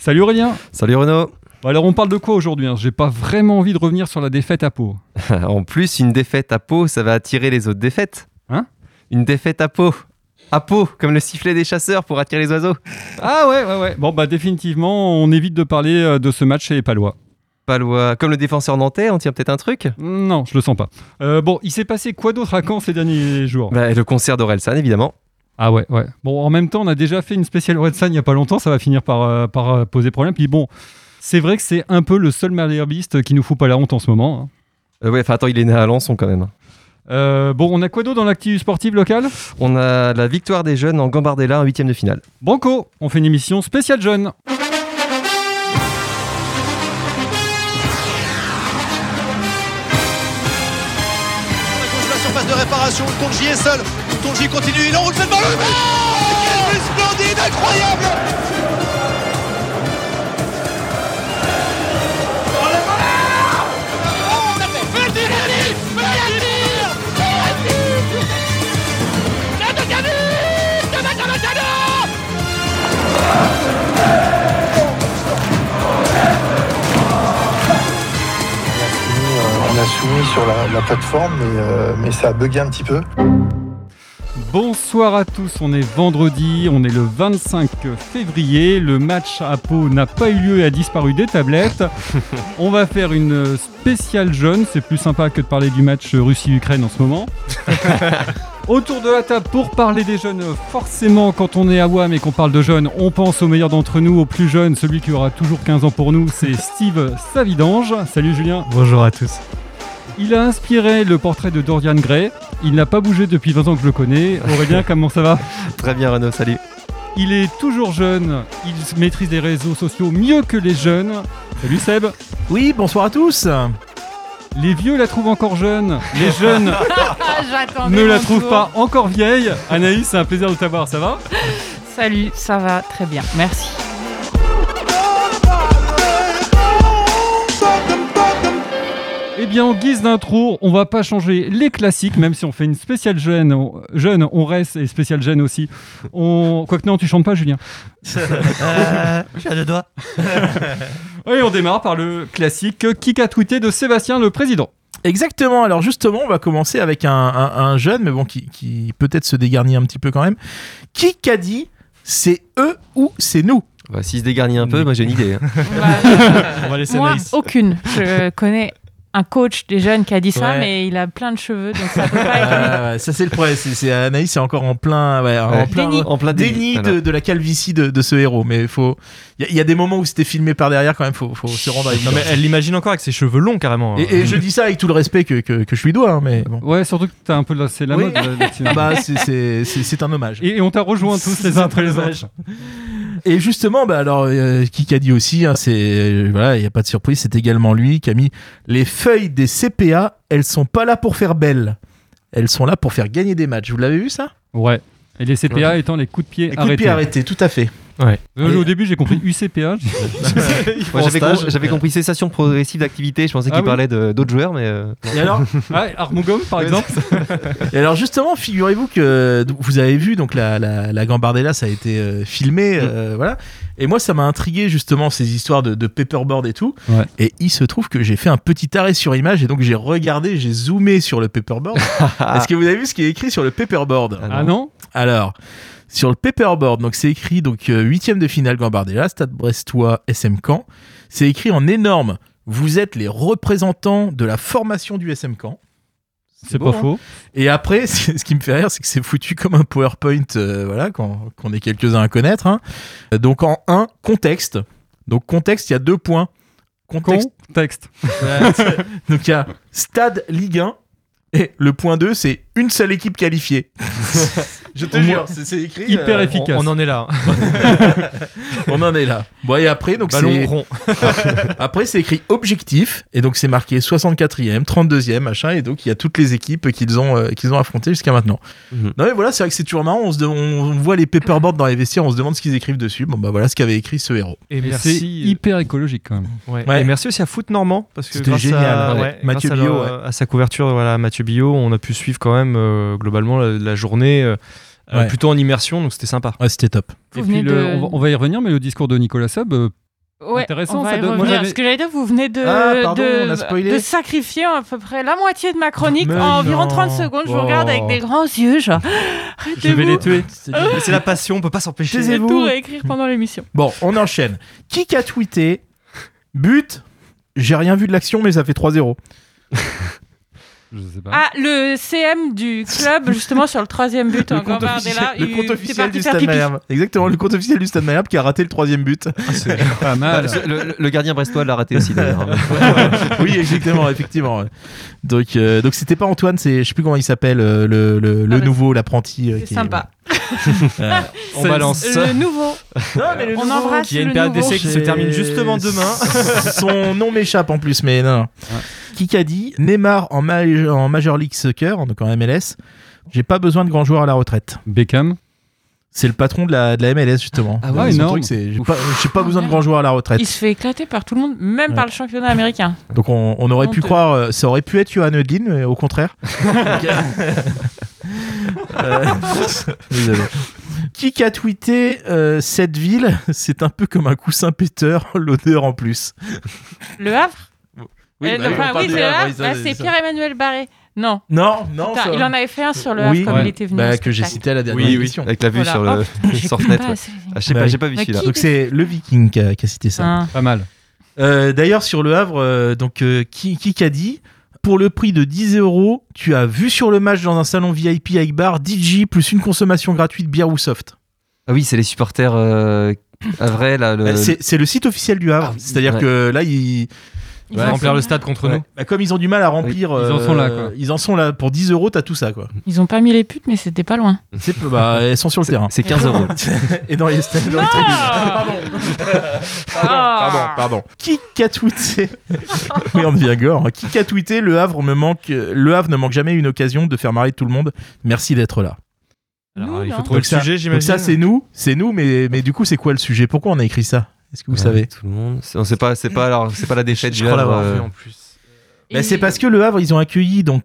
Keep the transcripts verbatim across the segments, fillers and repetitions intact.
Salut Aurélien. Salut Renaud. Bon, alors on parle de quoi aujourd'hui hein? J'ai pas vraiment envie de revenir sur la défaite à Pau. En plus, une défaite à Pau, ça va attirer les autres défaites. Hein? Une défaite à Pau. À Pau, comme le sifflet des chasseurs pour attirer les oiseaux. Ah ouais, ouais, ouais. Bon bah définitivement, on évite de parler de ce match chez les Palois. Palois, comme le défenseur nantais, on tient peut-être un truc? Non, je le sens pas. Euh, bon, il s'est passé quoi d'autre à Caen ces derniers jours? Bah, le concert d'Orelsan, évidemment. Ah ouais, ouais. Bon, en même temps, on a déjà fait une spéciale Orelsan il y a pas longtemps, ça va finir par, euh, par euh, poser problème. Puis bon, c'est vrai que c'est un peu le seul malherbiste qui nous fout pas la honte en ce moment. Hein. Euh, ouais, enfin attends, il est né à Alençon quand même. Euh, bon, on a quoi d'autre dans l'actu sportive locale? On a la victoire des jeunes en Gambardella en huitième de finale. Banco, on fait une émission spéciale jeunes. Surface de réparation, Tonji est seul. Tonji continue, il enroule cette balle. Oh, quel but splendide, incroyable. Oh le voleur. Oh, on a fait le tir, le tir, le tir. C'est de Gavi, c'est de Gavi. On a soumis sur la, la plateforme, mais, euh, mais ça a bugué un petit peu. Bonsoir à tous, on est vendredi, on est le vingt-cinq février. Le match à Pau n'a pas eu lieu et a disparu des tablettes. On va faire une spéciale jeune, c'est plus sympa que de parler du match Russie-Ukraine en ce moment. Autour de la table pour parler des jeunes, forcément quand on est à W A M et qu'on parle de jeunes, on pense au meilleur d'entre nous, au plus jeune, celui qui aura toujours quinze ans pour nous, c'est Steve Savidange. Salut Julien. Bonjour à tous. Il a inspiré le portrait de Dorian Gray. Il n'a pas bougé depuis vingt ans que je le connais. Aurélien, comment ça va? Très bien Renaud, salut. Il est toujours jeune. Il maîtrise les réseaux sociaux mieux que les jeunes. Salut Seb. Oui, bonsoir à tous. Les vieux la trouvent encore jeune. Les jeunes ne la trouvent pas encore vieille. Anaïs, c'est un plaisir de t'avoir. Ça va? Salut, ça va très bien. Merci. Eh bien, en guise d'intro, on va pas changer les classiques, même si on fait une spéciale jeune, on, jeune, on reste, et spéciale jeune aussi. On... Quoique non, tu chantes pas, Julien. euh, je suis à deux doigts. Oui, on démarre par le classique Qui a tweeté de Sébastien le président. Exactement, alors justement, on va commencer avec un, un, un jeune, mais bon, qui, qui peut-être se dégarnit un petit peu quand même. Qui a dit c'est eux ou c'est nous? Bah, s'il se dégarnit un peu, moi j'ai une idée. Hein. Bah, on va laisser moi, Anaïs. aucune. Je connais un coach des jeunes qui a dit ça, Ouais. mais il a plein de cheveux, donc ça peut pas être lui. Ah, ouais, ça c'est le problème, c'est, c'est Anaïs, c'est encore en plein, ouais, en Ouais. plein Déni. En plein déni. déni Voilà. de, de la calvitie de, de ce héros. Mais faut, il y, y a des moments où c'était filmé par derrière quand même, faut, faut se rendre à Non l'évidence. mais elle l'imagine encore avec ses cheveux longs carrément. Et, et je dis ça avec tout le respect que, que, que je lui dois, hein, mais bon. Ouais, surtout que t'as un peu la, c'est la Oui. mode. là, là-dessus. Bah, c'est, c'est, c'est, c'est un hommage. Et, et on t'a rejoint tous les uns après les autres. Et justement, bah alors, euh, qui a dit aussi, hein, c'est euh, voilà, il y a pas de surprise, c'est également lui qui a mis les feuilles des C P A. Elles sont pas là pour faire belle, elles sont là pour faire gagner des matchs. Vous l'avez vu ça? Ouais. Et les C P A Ouais. étant les coups de pied Les coups arrêtés. de pied arrêtés, tout à fait. Euh, au début, j'ai compris U C P A. Moi, j'avais, com- j'avais compris cessation progressive d'activité, je pensais Ah qu'il oui. parlait de, d'autres joueurs, mais... euh, Et alors, Ah, Armugom, par exemple. et alors justement, figurez-vous que donc, vous avez vu donc la, la, la Gambardella, ça a été euh, filmé, euh, voilà. Et moi, ça m'a intrigué justement ces histoires de, de paperboard et tout. Ouais. Et il se trouve que j'ai fait un petit arrêt sur image et donc j'ai regardé, j'ai zoomé sur le paperboard. Est-ce que vous avez vu ce qui est écrit sur le paperboard? Ah non? Alors, sur le paperboard, donc c'est écrit donc euh, huitième de finale Gambardella, Stade Brestois, S M Caen. C'est écrit en énorme. Vous êtes les représentants de la formation du S M Caen. C'est beau, pas hein. faux. Et après, ce qui me fait rire, c'est que c'est foutu comme un PowerPoint, euh, voilà, qu'on, qu'on est quelques-uns à connaître. Hein. Donc en un, contexte. Donc contexte, il y a deux points. Contexte. Contexte. Donc il y a Stade Ligue un. Et le point deux, c'est une seule équipe qualifiée. Je te Au jure, moins, c'est, c'est écrit. hyper euh, efficace. On, on en est là. On en est là. Bon, et après, donc Ballon c'est... rond. Après, c'est écrit objectif. Et donc, c'est marqué soixante-quatrième, trente-deuxième, machin. Et donc, il y a toutes les équipes qu'ils ont, euh, qu'ils ont affrontées jusqu'à maintenant. Mhm. Non, mais voilà, c'est vrai que c'est toujours marrant. On, se de- on voit les paperboards dans les vestiaires, on se demande ce qu'ils écrivent dessus. Bon, bah voilà ce qu'avait écrit ce héros. Et Et merci. c'est hyper écologique quand même. Ouais. Ouais. Et merci aussi à Foot Normand parce que C'était grâce génial, à, ouais. ouais, Mathieu grâce à, Biot, la- à sa couverture, voilà, Mathieu Biot, on a pu suivre quand même euh, globalement la, la journée euh, Ouais. euh, plutôt en immersion, donc c'était sympa. Ouais, c'était top. Vous Et venez puis le- de- on, va, on va y revenir, mais le discours de Nicolas Seb, euh, Ouais, Intéressant, on va ça y donne- moi, revenir. j'avais- Ce que j'allais dire, vous venez de, Ah, pardon, de, on a spoilé. de sacrifier à peu près la moitié de ma chronique Mais en environ non. trente secondes. Je vous Oh. regarde avec des grands yeux, genre. Je vais les tuer. Mais c'est la passion, on peut pas s'empêcher. Je vais Taisez-vous. tout réécrire pendant l'émission. Bon, on enchaîne. Qui a tweeté but? J'ai rien vu de l'action, mais ça fait trois zéro. Je sais pas. Ah, le C M du club, justement, sur le troisième but. Le encore compte Bardella, officiel, le il- compte c'est officiel parti du faire Stade pipi. Malherbe. Exactement, le compte officiel du Stade Malherbe qui a raté le troisième but. C'est pas mal. Ah, le, le- le gardien brestois l'a raté aussi d'ailleurs. Oui, exactement, effectivement. ouais. Donc, euh, donc c'était pas Antoine, c'est je sais plus comment il s'appelle, euh, le, le, le Ah bah, nouveau, l'apprenti. euh, C'est qui est- sympa. Euh, On C'est- balance. Le nouveau. non, mais le On nouveau, embrasse Qui a une le période nouveau. d'essai qui se termine justement demain. Son nom m'échappe en plus, mais non. non. Qui a dit Neymar en, ma- en Major League Soccer, donc en M L S, j'ai pas besoin de grands joueurs à la retraite. Beckham. C'est le patron de la, de la M L S justement. Ah ouais, Son énorme. truc, c'est j'ai pas, j'ai pas besoin de grands joueurs à la retraite. Il se fait éclater par tout le monde, même Ouais. par le championnat américain. Donc on, on aurait pu Honteux. croire, euh, ça aurait pu être Johan Udlin, mais au contraire. Euh, désolé. Qui a tweeté euh, cette ville, c'est un peu comme un coussin péteur, l'odeur en plus. Le Havre Euh, bah enfin, on parle oui, du c'est le Havre, Havre. oui, ça, Ah, c'est c'est ça. Pierre-Emmanuel Barré. Non. Non, non. Putain, ça- il en avait fait un sur le Havre Oui, comme ouais. il était venu. Bah, au que j'ai spectacle. cité à la dernière Oui, oui. émission. Avec la vue Voilà. sur le Oh, putain, sur j'écoute fenêtre. pas ouais. assez. Ah, je sais Bah pas, oui. j'ai pas vu Mais celui-là. qui- Donc c'est le Viking qui a, qui a cité ça. Ah. Pas mal. Euh, D'ailleurs, sur le Havre, euh, donc euh, qui, qui a dit pour le prix de dix euros, tu as vu sur le match dans un salon V I P avec bar, D J plus une consommation gratuite bière ou soft. Ah oui, c'est les supporters euh, à vrai là. Le... Euh, c'est c'est le site officiel du Havre. Ah oui, C'est-à-dire ouais. que là, ils, Ils Ouais, ont remplir fait- le stade contre Ouais. nous. bah, comme ils ont du mal à remplir, Oui, ils en euh, sont là, quoi. Ils en sont là pour dix euros, t'as tout ça quoi. Ils ont pas mis les putes, mais c'était pas loin. C'est peu- bah, elles sont sur le terrain. C'est quinze euros. Et dans les stades. dans les tribunes. Pardon. Pardon, pardon. Qui a tweeté Oui, on devient gore. hein. Qui a tweeté le Havre me manque. Le Havre ne manque jamais une occasion de faire marrer tout le monde. Merci d'être là. Alors, Nous, il non. faut trouver Donc le ça- sujet, Donc j'imagine. ça, c'est nous, c'est nous, mais mais du coup, c'est quoi le sujet? Pourquoi on a écrit ça? Est-ce que vous Ouais, savez? Tout le monde. C'est- On sait pas. C'est pas alors. C'est pas la défaite Je du crois Havre. l'avoir euh, vu en plus. Bah, c'est parce que le Havre, ils ont accueilli donc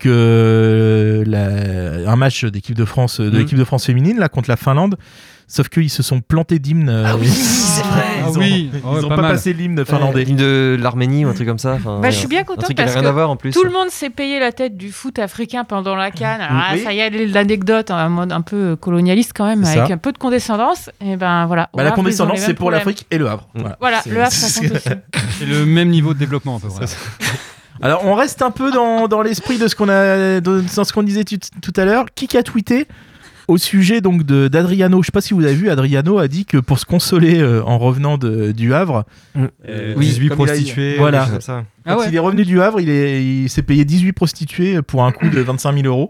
euh, la- un match d'équipe de France, de Mm. l'équipe de France féminine là contre la Finlande. Sauf qu'ils se sont plantés d'hymne. euh, Ah oui, c'est vrai. Ah Ils ont, oui, ils ouais, ont pas pas mal. passé l'hymne finlandais. L'hymne de l'Arménie ou un truc comme ça. enfin, Bah, je ouais, suis bien un contente truc qui n'a parce rien que à voir en plus. tout le monde s'est payé la tête du foot africain pendant la CAN. Alors, ah, Oui. ça y est, l'anecdote en mode un peu colonialiste quand même, C'est avec ça. un peu de condescendance. Et ben voilà. Bah, au la Havre, ils ont condescendance, les c'est mêmes pour problèmes. l'Afrique et le Havre. Voilà, Voilà, C'est- le Havre, ça compte aussi. C'est le même niveau de développement à peu près. Alors, on reste un peu dans, dans l'esprit de ce qu'on a, de- dans ce qu'on disait tout, tout à l'heure. Qui a tweeté au sujet donc de d'Adriano? Je sais pas si vous avez vu, Adriano a dit que pour se consoler euh, en revenant de, du Havre, euh, Oui, dix-huit comme il a- prostituées. voilà. oui, comme ça. Quand Ah ouais. il est revenu du Havre, il est- il s'est payé dix-huit prostituées pour un coût de vingt-cinq mille euros.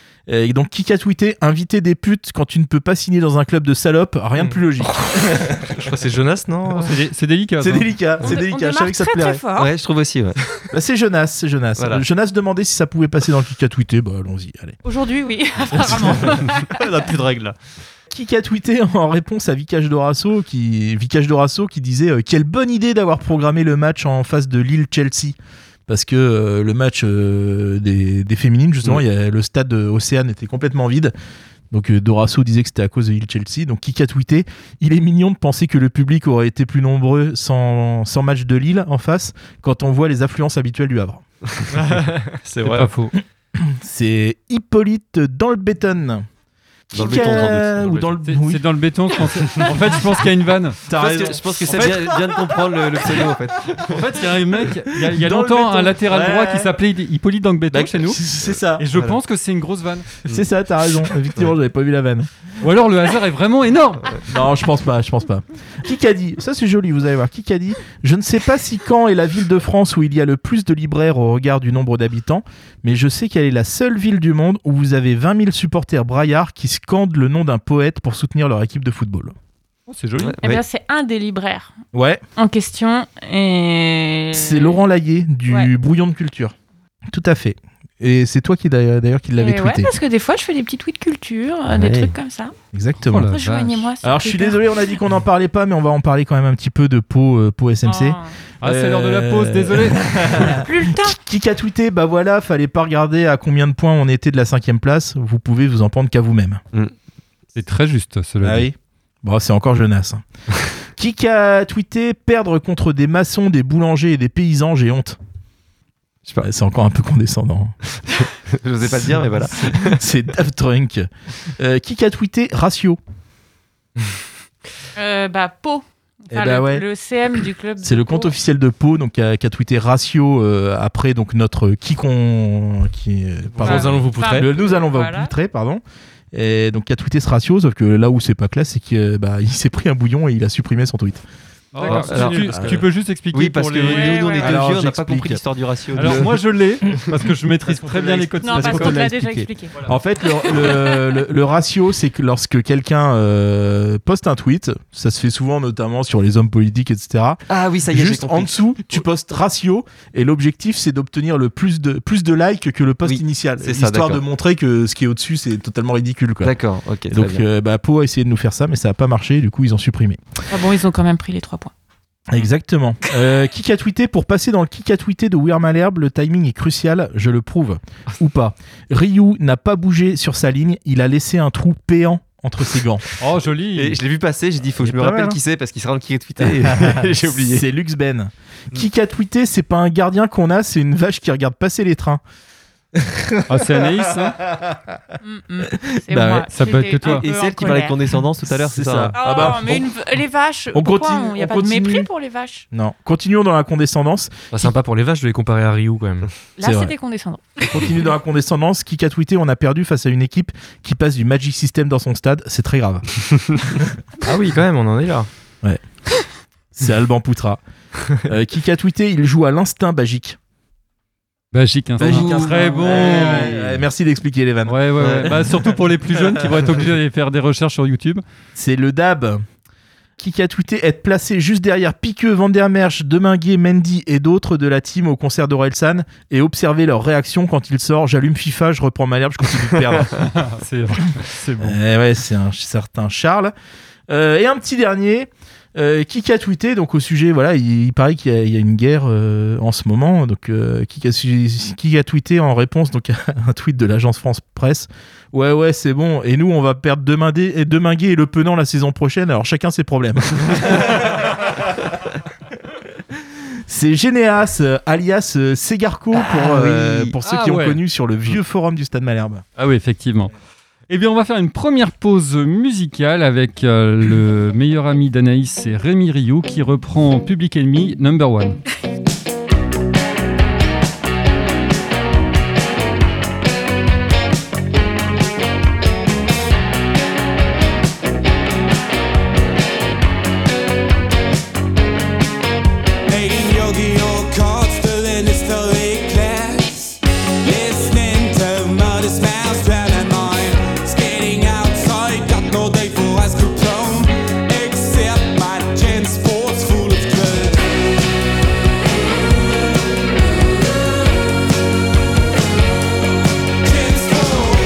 Et donc, qui a tweeté inviter des putes quand tu ne peux pas signer dans un club de salopes, rien de Mm. plus logique. Je crois que c'est Jonas, non Oh, c'est dé- c'est délicat. C'est ça. délicat, c'est On- on délicat. Je démarre savais que ça te très, très plairait. fort. Ouais, je trouve aussi. Ouais. Bah, c'est Jonas, c'est Jonas. Voilà. Jonas demandait si ça pouvait passer dans le qui a tweeté. Bah, allons-y, allez. Aujourd'hui, oui, apparemment. On n'a plus de règles là. Qui a tweeté en réponse à Vicage Dorasso qui, Vicage Dorasso qui disait euh, quelle bonne idée d'avoir programmé le match en face de Lille-Chelsea. Parce que euh, le match euh, des, des féminines, justement, Mm. il y a, le stade euh, Océane était complètement vide. Donc euh, Dorasso disait que c'était à cause de Lille-Chelsea. Donc qui a tweeté il est mignon de penser que le public aurait été plus nombreux sans, sans match de Lille en face quand on voit les affluences habituelles du Havre. C'est C'est vrai. pas faux. C'est Hippolyte dans le béton. Dans le Qui béton, a- sans doute. ou dans le C'est oui. c'est dans le béton. Je pense... en fait, je pense qu'il y a une vanne. Je pense que- je pense que ça vient, vient de comprendre le, le pseudo en fait. En fait, il y a un mec, il y a, il y a Dans le longtemps, béton. un latéral Ouais. droit qui s'appelait Hippolyte dans le béton Bah, chez nous. C'est ça. Et je Voilà. pense que c'est une grosse vanne. C'est ça, t'as raison. Effectivement, j'avais pas vu la vanne. Ou alors le hasard est vraiment énorme. Non, je pense pas, je pense pas. Qui a dit ça, c'est joli, vous allez voir. Qui a dit je ne sais pas si Caen est la ville de France où il y a le plus de libraires au regard du nombre d'habitants, mais je sais qu'elle est la seule ville du monde où vous avez vingt mille supporters braillards qui scandent le nom d'un poète pour soutenir leur équipe de football. Oh, c'est joli. Ouais, Eh ouais. bien, c'est un des libraires Ouais, en question. Et... c'est Laurent Laillé du Ouais. Brouillon de Culture. Tout à fait. Et c'est toi qui d'ailleurs d'ailleurs qui l'avais Et ouais, tweeté. parce que des fois, je fais des petits tweets culture, euh, des Ouais. trucs comme ça. Exactement. Oh la Rejoignez-moi. sur Alors je suis Twitter. désolé, on a dit qu'on n'en parlait pas, mais on va en parler quand même un petit peu de Pau, euh, Pau S M C. Oh. Ah, c'est l'heure de la Euh, pause, désolé. Plus le temps. Qui a tweeté bah voilà, fallait pas regarder à combien de points on était de la cinquième place. Vous pouvez vous en prendre qu'à vous-même. C'est très juste, cela. Ah dit. oui. Bon, c'est encore Jonas. hein. Qui a tweeté perdre contre des maçons, des boulangers et des paysans, j'ai honte. Je sais pas, c'est encore un peu condescendant. Je n'osais pas le dire, mais voilà. C'est Daft Trunk. Euh, qui a tweeté ratio? Euh, bah, Pau. Enfin, Eh bah le, ouais. le C M du club. C'est de le compte Pau. officiel de Pau, donc qui a, qui a tweeté ratio euh, après donc notre qui qu'on qui euh, pardon, Nous allons vous poutrer. le nous allons Voilà. vous poutrer, pardon. Et donc qui a tweeté ce ratio, sauf que là où c'est pas classe, c'est qu'il bah, il s'est pris un bouillon et il a supprimé son tweet. D'accord. alors, tu, euh, tu peux juste expliquer Oui, parce pour que les... nous, Ouais, nous, on ouais, est ouais. deux Alors, vieux, on n'a pas j'explique. compris l'histoire du ratio. Alors de- moi je l'ai parce que je maîtrise très bien les codes. Non, Parce parce qu'on qu'on te te l'a l'a déjà expliqué. expliqué. En fait, le, le, le, le ratio, c'est que lorsque quelqu'un euh, poste un tweet, ça se fait souvent notamment sur les hommes politiques, et cetera. Ah oui, ça y est, j'ai Juste compris. en dessous, tu postes ratio et l'objectif c'est d'obtenir le plus de plus de likes que le post Oui, initial, c'est ça, histoire de d'accord. montrer que ce qui est au-dessus c'est totalement ridicule quoi. D'accord, ok. Et très donc bien. euh, bah, Pau a essayé de nous faire ça mais ça a pas marché, du coup ils ont supprimé. Ah bon, ils ont quand même pris les trois points. Exactement. Euh, qui a tweeté pour passer dans le qui a tweeté de Weir Malherbe, le timing est crucial, je le prouve ou pas. Ryu n'a pas bougé sur sa ligne, il a laissé un trou péant entre ses gants. Oh joli. Et je l'ai vu passer, j'ai dit, il faut que C'est je me pas rappelle mal, hein. qui c'est parce qu'il sera dans le qui est tweeté. et J'ai oublié. C'est Lux Ben. Qui a tweeté, c'est pas un gardien qu'on a, c'est une vache qui regarde passer les trains. Ah c'est Anaïs hein. Mm, mm. C'est Bah moi. ouais, ça peut être J'étais que toi. un peu Et en celle qui parlait de colère. condescendance tout à l'heure, c'est C'est ça. ça. hein. Oh, Ah bah, mais on- une- les vaches, on pourquoi continue- il n'y a on pas de continue. mépris pour les vaches? Non. Continuons dans la condescendance. Pas sympa pour les vaches de les comparer à Ryu quand même. C'est Là, vrai. c'était condescendant. On continue dans la condescendance. Qui a tweeté, on a perdu face à une équipe qui passe du Magic System dans son stade. C'est très grave. Ah oui, quand même, on en est là. C'est Alban Poutra. Euh, qui a tweeté, il joue à l'instinct magique. Magique instinct. Magique instinct. Très bon. Ouais, ouais, ouais. Merci d'expliquer les vannes. Ouais, ouais, ouais. Ouais. Bah, surtout pour les plus jeunes qui vont être obligés d'aller faire des recherches sur YouTube. C'est le D A B. Qui a tweeté être placé juste derrière Piqueux, Van der Merch, Deminguet, Mendy et d'autres de la team au concert d'Orelsan et observer leur réaction quand il sort. J'allume FIFA, je reprends Malherbe, je continue de perdre. C'est c'est bon. Eh ouais, c'est un certain Charles. Euh, et un petit dernier, euh, qui a tweeté, donc au sujet, voilà, il, il paraît qu'il y a, il y a une guerre euh, en ce moment, donc euh, qui, a, su- qui a tweeté en réponse donc, à un tweet de l'agence France Presse. Ouais, ouais, c'est bon, et nous, on va perdre Deminguet et, Deminguet et Le Penant la saison prochaine, alors chacun ses problèmes. C'est Généas, euh, alias euh, Segarco, pour, euh, oui. pour ceux Ah qui ouais. ont connu sur le vieux forum du Stade Malherbe. Ah oui, effectivement. Eh bien, on va faire une première pause musicale avec euh, le meilleur ami d'Anaïs, c'est Rémi Rio, qui reprend Public Enemy Number One. Making yogi or cards, still in history class. Listening to Murder's Mouse, drowning mine. Skating outside, got no day for ice cream cone. Except my gin sports full of good. Gin sports.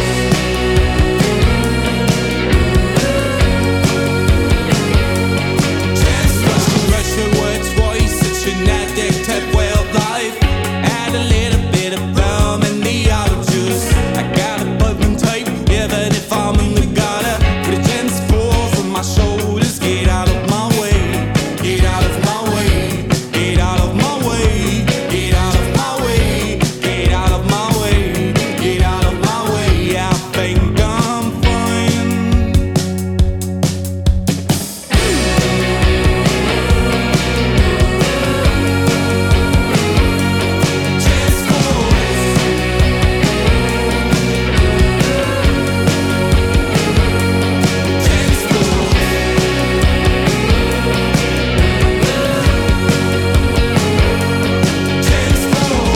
Gin sports. Russian words voice, such an addictive way of life. Add a little bit of rum and the olive juice. I got a bourbon type, even if I'm in the gutter. Put a gin spores on my shoulders. Get out of my way. Get out of my way. Get out of my way. Get out of my way. Get out of my way. Get out of my way. I think I'm fine. Gin spores. Gin spores. Gin spores.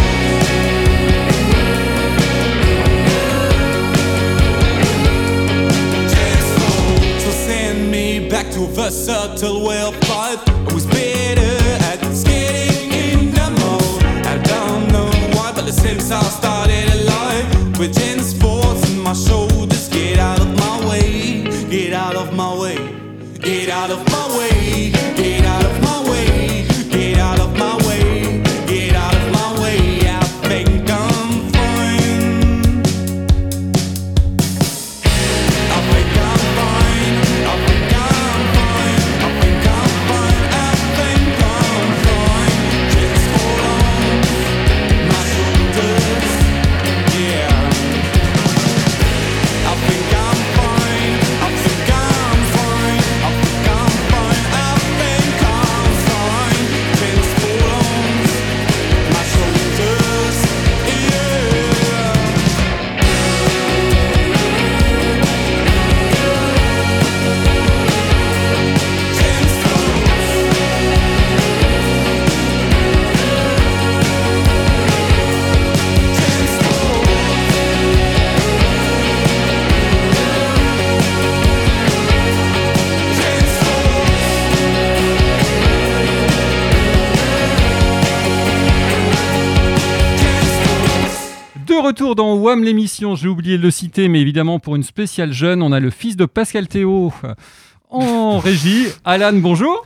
Gin spores. So send me back to versatile well five. I was better at skating in the mode. I don't know why, but since I started alive with gin sports in my shoulders, get out of my way, get out of my way, get out of my way, get out of my way, get out of my way, get out of my way. I think I'm fine. I think I'm fine. I think I'm fine. I think I'm retour dans W A M l'émission, j'ai oublié de le citer, mais évidemment pour une spéciale jeune, on a le fils de Pascal Théo en régie. Alan, bonjour.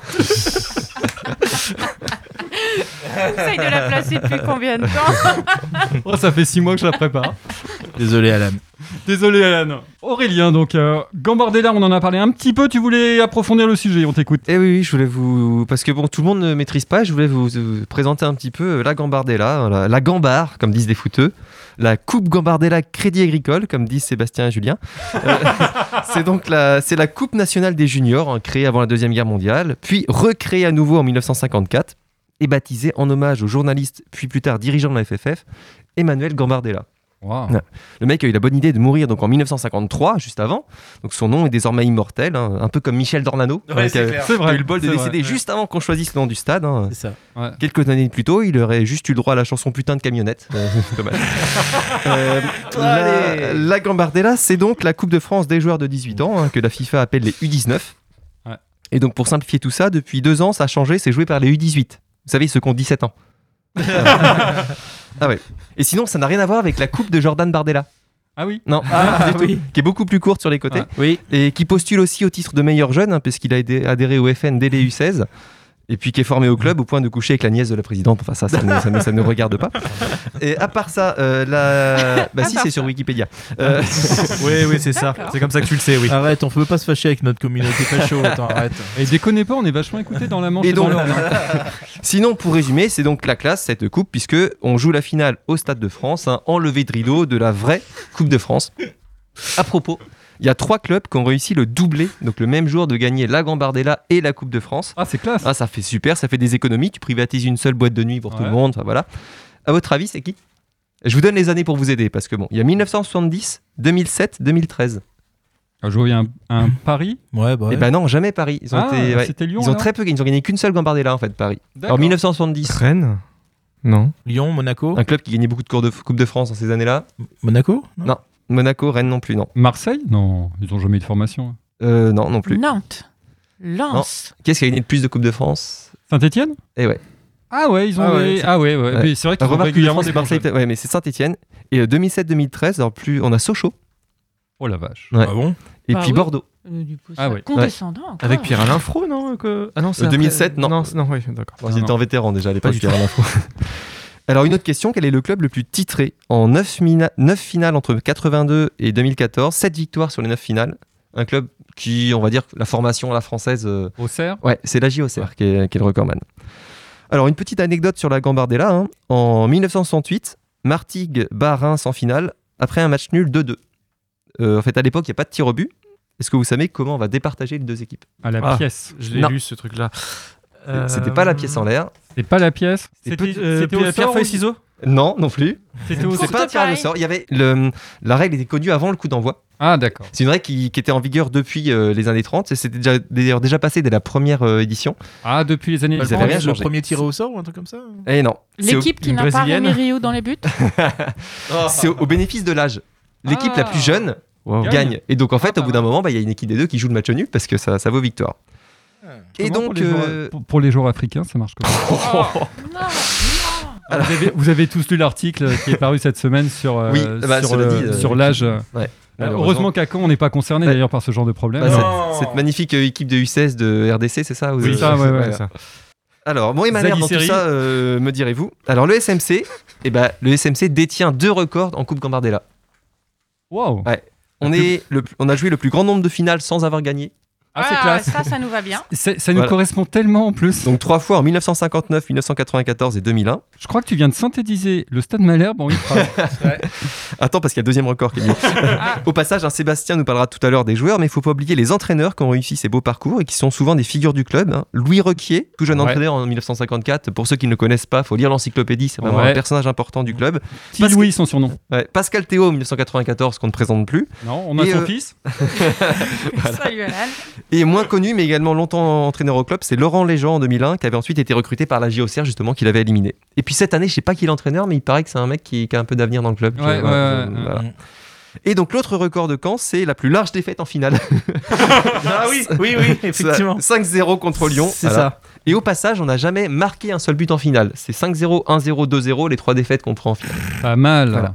Essaye de la placer depuis combien de temps? Oh, ça fait six mois que je la prépare. Désolé, Alan. Désolé Alan. Aurélien, donc euh, Gambardella, on en a parlé un petit peu, tu voulais approfondir le sujet, on t'écoute. Eh oui, oui, je voulais vous... Parce que bon, tout le monde ne maîtrise pas, je voulais vous, vous présenter un petit peu la Gambardella, la, la Gambard, comme disent les footeux, la Coupe Gambardella Crédit Agricole, comme disent Sébastien et Julien. Euh, c'est donc la, c'est la Coupe nationale des juniors, hein, créée avant la Deuxième Guerre mondiale, puis recréée à nouveau en dix-neuf cent cinquante-quatre, et baptisée en hommage au journaliste, puis plus tard dirigeant de la F F F, Emmanuel Gambardella. Wow. Ouais. Le mec a eu la bonne idée de mourir donc en dix-neuf cent cinquante-trois, juste avant. Donc son nom est désormais immortel, hein, un peu comme Michel Dornano, Ouais, qui a, clair. C'est qui a vrai. eu le bol de c'est décéder vrai, ouais. juste avant qu'on choisisse le nom du stade. Hein. C'est ça. Ouais. Quelques années plus tôt, il aurait juste eu le droit à la chanson Putain de camionnette. Euh, c'est dommage. Euh, la, la Gambardella, c'est donc la Coupe de France des joueurs de dix-huit ans, hein, que la FIFA appelle les U dix-neuf. Ouais. Et donc pour simplifier tout ça, depuis deux ans, ça a changé, c'est joué par les U dix-huit. Vous savez, ceux qui ont dix-sept ans. Ah ouais. Et sinon, ça n'a rien à voir avec la coupe de Jordan Bardella. Ah oui. Non, Ah, du tout. oui. Qui est beaucoup plus courte sur les côtés. Ouais. Oui. Et qui postule aussi au titre de meilleur jeune, hein, puisqu'il a aidé- adhéré au F N dès les U seize. Et puis qui est formé au club au point de coucher avec la nièce de la présidente. Enfin, ça, ça ne, ça ne- ça ne regarde pas. Et à part ça, euh, la. Bah, si, c'est sur Wikipédia. Euh, Oui, oui, c'est ça. D'accord. C'est comme ça que tu le sais, oui. Arrête, on peut pas se fâcher avec notre communauté facho. Attends, arrête. Et déconnez pas, on est vachement écoutés dans la Manche Et et dans donc- l'Orne. Sinon, pour résumer, c'est donc la classe, cette coupe, puisque on joue la finale au Stade de France, hein, en levée de rideau de la vraie Coupe de France. À propos, il y a trois clubs qui ont réussi le doublé, donc le même jour de gagner la Gambardella et la Coupe de France. Ah, c'est classe. Ah, ça fait super, ça fait des économies, tu privatises une seule boîte de nuit pour tout Ouais. le monde, enfin voilà. À votre avis, c'est qui? Je vous donne les années pour vous aider, parce que bon, il y a dix-neuf cent soixante-dix, deux mille sept, deux mille treize. Ah, je vois un, un pari. Ouais, bah. Ouais. Et ben non, jamais Paris. Ils ont, Ah, été, ouais, c'était Lyon. ils ont alors très peu, ils ont gagné qu'une seule Gambardella en fait, Paris. D'accord. Alors mille neuf cent soixante-dix, Rennes Non. Lyon, Monaco. un club qui gagnait beaucoup de cours de Coupe de France dans ces années-là. Monaco Non. Monaco, Rennes non plus, non. Marseille? Non, ils ont jamais eu de formation. Euh, non, non plus. Nantes. Lens. Qu'est-ce qui a gagné de plus de Coupe de France? Saint-Étienne? Eh ouais. Ah ouais, ils ont. Ah ouais, des- ah ouais, ouais. Ouais. Mais c'est vrai qu'ils ont Remarque, Coupe de régulièrement France, des c'est Marseille, bons jeunes. ouais, mais c'est Saint-Etienne. Et euh, deux mille sept deux mille treize, alors plus, on a Sochaux. Oh la vache. Ouais. Ah bon Et Bah puis oui. Bordeaux. Euh, du coup, Ah c'est ouais. condescendant. encore. Avec Pierre-Alain Fro, non que... Ah non, c'est Euh, après- deux mille sept, non. Non, c'est- non, oui, d'accord. Bon, Ah, ils étaient non. en vétéran déjà à l'époque. Pas du Pierre Alain Fro. Alors une autre question, quel est le club le plus titré en neuf finales entre quatre-vingt-deux et deux mille quatorze, sept victoires sur les neuf finales. Un club qui, on va dire, la formation à la française, euh, Auxerre? ouais, c'est la J O C R qui est, qui est le recordman. Alors une petite anecdote sur la Gambardella, hein. En mille neuf cent soixante-huit, Martigues bat Reims en finale après un match nul deux deux. Euh, en fait, à l'époque, il n'y a pas de tir au but. Est-ce que vous savez comment on va départager les deux équipes? À la Ah. pièce. Je l'ai Non. lu ce truc-là. C'était pas la pièce en l'air. C'est pas la pièce. C'était C'était euh, c'était au Pierre sort Feuille ou- Ciseaux Non, non plus. C'était au C'est Courte pas un tirage au paille. sort. Il y avait le, la règle était connue avant le coup d'envoi. Ah d'accord. C'est une règle qui, qui était en vigueur depuis euh, les années trente. Et c'était déjà, d'ailleurs déjà passé dès la première euh, édition. Ah depuis les années. Ils Bah, le avaient rien premier- le changé. premier tiré au sort ou un truc comme ça Et non. C'est au, L'équipe qui une n'a pas brésilienne. Rémi Rioux dans les buts. c'est au- au bénéfice de l'âge. L'équipe Ah. la plus jeune Wow. Gagne. gagne. Et donc en fait, Ah, au bout pas d'un mal. moment, bah, il y a une équipe des deux qui joue le match nul parce que ça, ça vaut victoire. Et Comment donc, pour les, joueurs, euh, pour- pour les joueurs africains, ça marche comme ça. Oh, non, non. Alors, vous, avez, vous avez tous lu l'article qui est paru cette semaine sur, euh, Oui, bah, sur, cela le- dit, euh, sur l'âge. Euh, ouais, heureusement qu'à Caen, on n'est pas concerné Ouais. d'ailleurs par ce genre de problème. bah, Non. cette, cette magnifique euh, équipe de U seize de R D C, c'est ça vous- Oui, ça, ouais, ouais. voilà. C'est ça. Alors, bon, et ma mère dans tout Zaghi ça, euh, me direz-vous. Alors, le S M C, eh ben, le S M C détient deux records en Coupe Gambardella. Waouh. Ouais. On, est le, on a joué le plus grand nombre de finales sans avoir gagné. Ah, c'est Ah, classe. Ça, ça nous va bien. C'est- Ça nous Voilà. correspond tellement en plus. Donc, trois fois en mille neuf cent cinquante-neuf, mille neuf cent quatre-vingt-quatorze et deux mille un. Je crois que tu viens de synthétiser le Stade Malherbe en une phrase. Attends, parce qu'il y a un deuxième record qui est lié. Au passage, hein, Sébastien nous parlera tout à l'heure des joueurs, mais il faut pas oublier les entraîneurs qui ont réussi ces beaux parcours et qui sont souvent des figures du club. hein. Louis Requier, tout jeune Ouais. entraîneur en mille neuf cent cinquante-quatre. Pour ceux qui ne le connaissent pas, faut lire l'encyclopédie, c'est vraiment Ouais. un personnage important du club. Petit Parce que- Louis, son surnom. Ouais, Pascal Théo, en mille neuf cent quatre-vingt-quatorze, qu'on ne présente plus. Non, on a Et, son euh, fils. Salut Alan. Et moins connu, mais également longtemps entraîneur au club, c'est Laurent Léjean en deux mille un, qui avait ensuite été recruté par la J O C R, justement, qu'il avait éliminé. Et puis cette année, je sais pas qui est l'entraîneur, mais il paraît que c'est un mec qui, qui a un peu d'avenir dans le club. Ouais, Je- ouais, voilà, ouais, je- ouais. voilà. Et donc l'autre record de Caen, c'est la plus large défaite en finale. Ah oui, oui, oui, effectivement. cinq zéro contre Lyon. C'est Voilà. ça. Et au passage, on n'a jamais marqué un seul but en finale. C'est cinq zéro, un zéro, deux zéro, les trois défaites qu'on prend en finale. Pas mal. Voilà.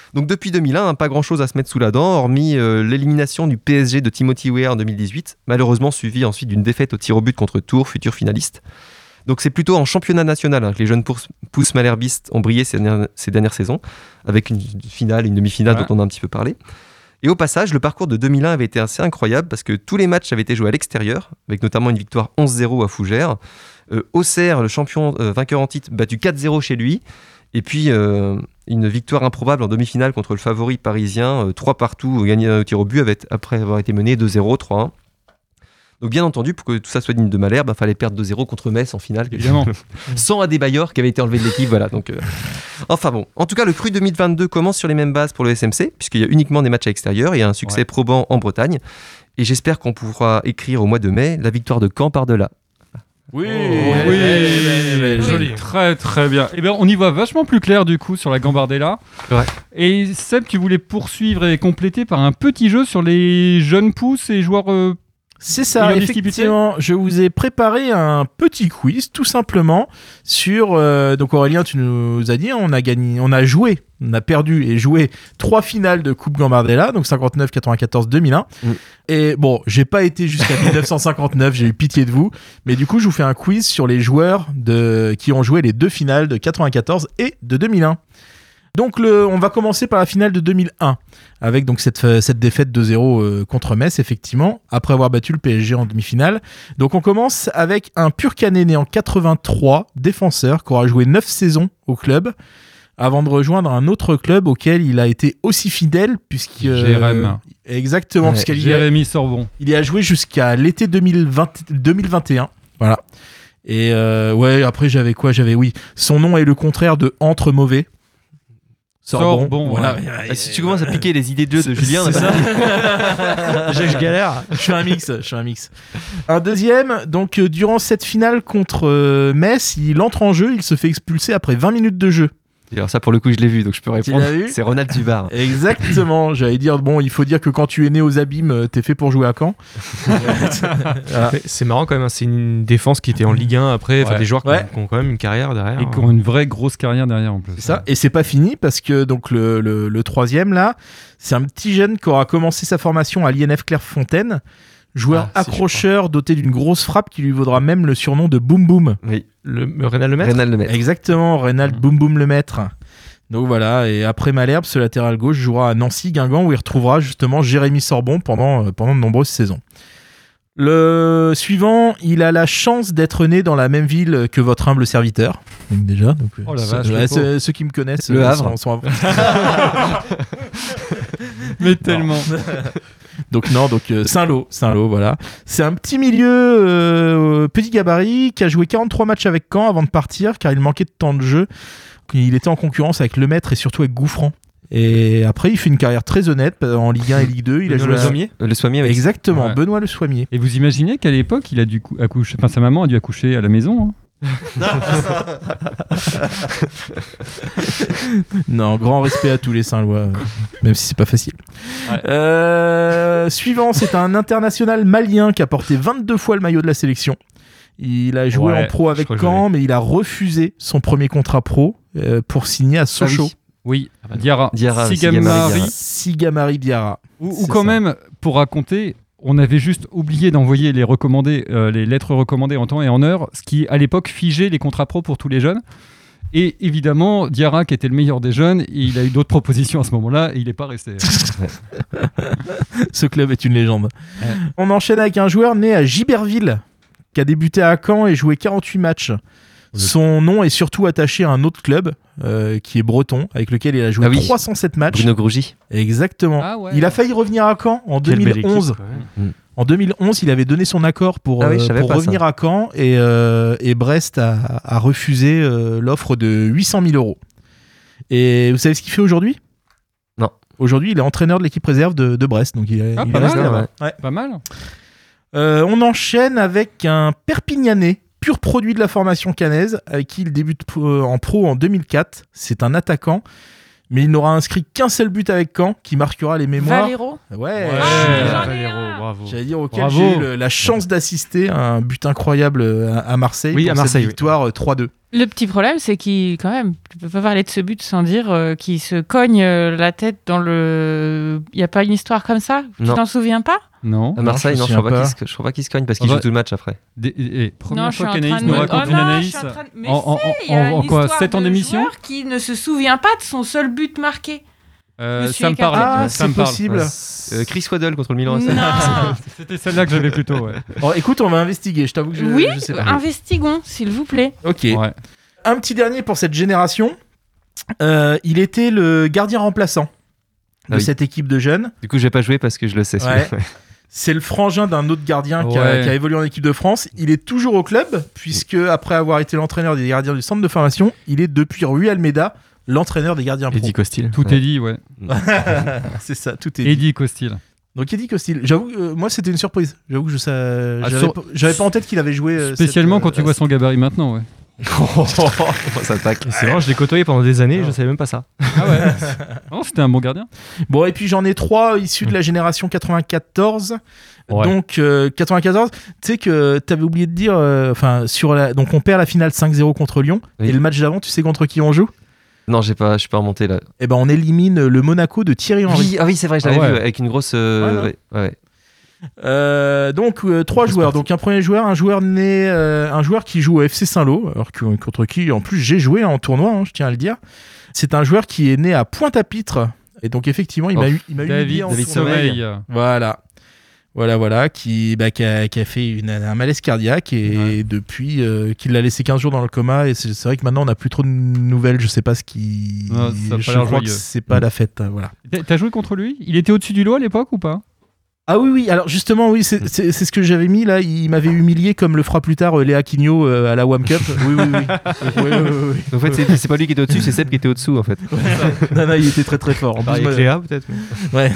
Donc depuis deux mille un, hein, pas grand-chose à se mettre sous la dent, hormis euh, l'élimination du P S G de Timothy Weah en deux mille dix-huit, malheureusement suivi ensuite d'une défaite au tir au but contre Tours, futur finaliste. Donc c'est plutôt en championnat national hein, que les jeunes pousses, pousses malherbistes ont brillé ces dernières, ces dernières saisons, avec une finale, une demi-finale ouais. dont on a un petit peu parlé. Et au passage, le parcours de deux mille un avait été assez incroyable parce que tous les matchs avaient été joués à l'extérieur, avec notamment une victoire onze zéro à Fougères. Euh, Auxerre, le champion euh, vainqueur en titre, battu quatre zéro chez lui. Et puis euh, une victoire improbable en demi-finale contre le favori parisien, euh, trois partout, gagné au tir au but avec, après avoir été mené deux zéro, trois un. Donc bien entendu, pour que tout ça soit digne de Malherbe, il bah, fallait perdre deux zéro contre Metz en finale, évidemment. Sans Adebayor qui avait été enlevé de l'équipe. Voilà, donc, euh... Enfin bon, en tout cas, le cru deux mille vingt-deux commence sur les mêmes bases pour le S M C, puisqu'il y a uniquement des matchs à l'extérieur, il y a un succès ouais. probant en Bretagne. Et j'espère qu'on pourra écrire au mois de mai la victoire de Caen par-delà. Oui, oh, oui, oui, oui, oui, joli. Très très bien. Et bien on y voit vachement plus clair du coup sur la Gambardella. Ouais. Et Seb, tu voulais poursuivre et compléter par un petit jeu sur les jeunes pousses et joueurs. Euh, C'est ça, effectivement. Je vous ai préparé un petit quiz, tout simplement, sur... Euh, donc Aurélien, tu nous as dit, on a gagné, on a joué, on a perdu et joué trois finales de Coupe Gambardella, donc cinquante-neuf, quatre-vingt-quatorze, deux mille un. Mm. Et bon, j'ai pas été jusqu'à dix-neuf cent cinquante-neuf, j'ai eu pitié de vous, mais du coup, je vous fais un quiz sur les joueurs de, qui ont joué les deux finales de quatre-vingt-quatorze et de deux mille un. Donc le, on va commencer par la finale de deux mille un avec donc cette, cette défaite deux zéro euh, contre Metz effectivement après avoir battu le P S G en demi-finale. Donc on commence avec un pur canet né en quatre-vingt-trois, défenseur qui aura joué neuf saisons au club avant de rejoindre un autre club auquel il a été aussi fidèle puisque J R M. Euh, exactement ouais, puisqu'il Jérémy Sorbon. Il y a joué jusqu'à l'été deux mille vingt, deux mille vingt et un. Voilà. Et euh, ouais, après j'avais quoi J'avais oui, son nom est le contraire de entre mauvais. Sorbon, bon, voilà. Ouais. Ah, si tu commences à piquer les idées de jeu de Julien, c'est ça. Déjà que je galère. Je suis un mix, je suis un mix. Un deuxième, donc euh, durant cette finale contre euh, Metz, il entre en jeu, il se fait expulser après vingt minutes de jeu. Et alors ça pour le coup je l'ai vu donc je peux répondre. C'est Ronald Dubar. Exactement. J'allais dire bon il faut dire que quand tu es né aux abîmes t'es fait pour jouer à Caen. Voilà. C'est marrant quand même. Hein. C'est une défense qui était en Ligue un après. Enfin ouais. des joueurs qui, ouais. ont, qui ont quand même une carrière derrière. Et qui ont une vraie grosse carrière derrière en plus. C'est ça. Et c'est pas fini parce que donc le, le, le troisième là c'est un petit jeune qui aura commencé sa formation à l'I N F Clairefontaine. Joueur ah, accrocheur doté d'une grosse frappe qui lui vaudra même le surnom de Boum Boum. Oui. Le, le Reynald Lemaître. Reynald Lemaître. Exactement, Reynald mmh. Boum Boum Lemaître. Donc voilà, et après Malherbe, ce latéral gauche jouera à Nancy, Guingamp, où il retrouvera justement Jérémy Sorbon pendant, euh, pendant de nombreuses saisons. Le suivant, il a la chance d'être né dans la même ville que votre humble serviteur. Donc déjà, donc, oh la vache, ceux, ceux, ceux qui me connaissent, le Havre. Sont, sont... Mais tellement. Donc non, donc euh, Saint-Lô, Saint-Lô, voilà. C'est un petit milieu, euh, petit gabarit, qui a joué quarante-trois matchs avec Caen avant de partir, car il manquait de temps de jeu. Il était en concurrence avec Lemaître et surtout avec Gouffran. Et après, il fait une carrière très honnête en Ligue un et Ligue deux. Il Benoît a joué le Sommier à... Le Sommier, avec... Exactement, ouais. Benoît le Sommier. Et vous imaginez qu'à l'époque, il a dû accoucher, enfin sa maman a dû accoucher à la maison. Hein. Non, grand respect à tous les Saint-Lois, même si c'est pas facile. Ouais. Euh, suivant, c'est un international malien qui a porté vingt-deux fois le maillot de la sélection. Il a joué ouais, en pro avec Caen, mais il a refusé son premier contrat pro euh, pour signer à Sochaux. Ah oui, oui. Diarra. Diarra Sigamari. Sigamari Diarra. Ou, ou quand ça. Même, pour raconter, on avait juste oublié d'envoyer les, recommandés, euh, les lettres recommandées en temps et en heure, ce qui, à l'époque, figeait les contrats pro pour tous les jeunes. Et évidemment, Diarra, qui était le meilleur des jeunes, il a eu d'autres propositions à ce moment-là et il n'est pas resté. Ce club est une légende. Ouais. On enchaîne avec un joueur né à Giberville, qui a débuté à Caen et joué quarante-huit matchs. Son nom est surtout attaché à un autre club euh, qui est breton, avec lequel il a joué ah oui. trois cent sept matchs. Bruno Grougy. Exactement. Ah ouais. Il a failli revenir à Caen en deux mille onze. Équipe, ouais. En deux mille onze, il avait donné son accord pour, ah oui, euh, pour revenir ça. à Caen et, euh, et Brest a, a refusé euh, l'offre de huit cent mille euros. Et vous savez ce qu'il fait aujourd'hui ? Non. Aujourd'hui, il est entraîneur de l'équipe réserve de, de Brest. Donc il, ah, il pas, est mal, là, ouais. Ouais. Pas mal. Euh, on enchaîne avec un Perpignanais, pur produit de la formation caennaise, avec qui il débute en pro en deux mille quatre. C'est un attaquant, mais il n'aura inscrit qu'un seul but avec Caen, qui marquera les mémoires. Valero. Ouais, ouais ah, Valero, bravo. J'allais dire auquel bravo. J'ai eu le, la chance d'assister à un but incroyable à, à Marseille. Oui, à Marseille. Cette victoire oui. trois deux. Le petit problème, c'est qu'il, quand même, tu peux pas parler de ce but sans dire euh, qu'il se cogne euh, la tête dans le. Il y a pas une histoire comme ça? Tu Non. t'en souviens pas? Non. À Marseille, je non, me je crois souviens pas pas. qu'il se, je crois pas qu'il se cogne parce qu'il Ah joue bah- tout le match après. Des- et- et première Non, je suis fois en qu'Anaïs train de nous me- raconte Oh une non, Anaïs je suis en train de- Mais en, en, c'est, il y a en- en une quoi histoire sept ans de d'émission joueur qui ne se souvient pas de son seul but marqué. Euh, Je me suis Ça me parle. écartée. Ah, ça me c'est parle. possible. Euh, Chris Waddle contre le Milan A C. Non. C'était celle-là que j'avais plutôt, ouais. Bon, écoute, on va investiguer. Je t'avoue que je, Oui, je sais pas. investigons, s'il vous plaît. Ok. Ouais. Un petit dernier pour cette génération. Euh, il était le gardien remplaçant de Ah oui. cette équipe de jeunes. Du coup, j'ai pas joué parce que je le sais. Ouais. celui-là. C'est le frangin d'un autre gardien qui, a, Ouais. qui a évolué en équipe de France. Il est toujours au club, puisque après avoir été l'entraîneur des gardiens du centre de formation, il est depuis Rui Almeida l'entraîneur des gardiens pro. Eddie Costil. Tout Ouais. est dit, ouais. C'est ça, tout est dit. Eddie Costil. Donc Eddie Costil. J'avoue, euh, moi c'était une surprise. J'avoue que je sais, j'avais, sur- pas, j'avais pas en tête qu'il avait joué. euh, Spécialement cette, quand tu euh, vois son gabarit maintenant, ouais. Ça attaque. C'est vrai, je l'ai côtoyé pendant des années, je savais même pas ça. Ah ouais. Non, c'était un bon gardien. Bon, et puis j'en ai trois issus de la génération quatre-vingt-quatorze. Ouais. Donc euh, quatre-vingt-quatorze, tu sais que t'avais oublié de dire, euh, enfin sur la, donc on perd la finale cinq zéro contre Lyon. Oui. Et le match d'avant, tu sais contre qui on joue? Non, j'ai pas, je suis pas remonté là. Eh ben on élimine le Monaco de Thierry Henry. Oui, ah oui, c'est vrai, je l'avais Ah ouais. vu avec une grosse. euh, Ouais, non. ouais, ouais, ouais. Euh, donc euh, trois C'est joueurs. parti. Donc un premier joueur, un joueur né, euh, un joueur qui joue au F C Saint-Lô, alors que, contre qui en plus j'ai joué en tournoi, hein, je tiens à le dire. C'est un joueur qui est né à Pointe-à-Pitre. Et donc effectivement, il Oh, m'a eu, il m'a David, humilié en David tournoi. Sommeil. Voilà. Voilà, voilà, qui, bah, qui, a, qui a fait une, un malaise cardiaque et Ouais. depuis euh, qu'il l'a laissé quinze jours dans le coma. Et c'est, c'est vrai que maintenant on n'a plus trop de nouvelles. Je sais pas ce qui. Non, ça a pas je l'air crois que joyeux. c'est pas la fête. hein, Voilà. T'as- T'as joué contre lui? Il était au-dessus du lot à l'époque ou pas? Ah oui, oui, alors justement, oui, c'est, c'est, c'est ce que j'avais mis là. Il m'avait humilié comme le fera plus tard euh, Léa Quigno euh, à la W A M Cup. Oui, oui, oui. oui, oui, oui, oui. En fait, c'est, c'est pas lui qui était au-dessus, c'est Seb qui était au-dessous en fait. Non, non, il était très très fort. En Pareil plus, avec moi- Léa, peut-être. Ouais.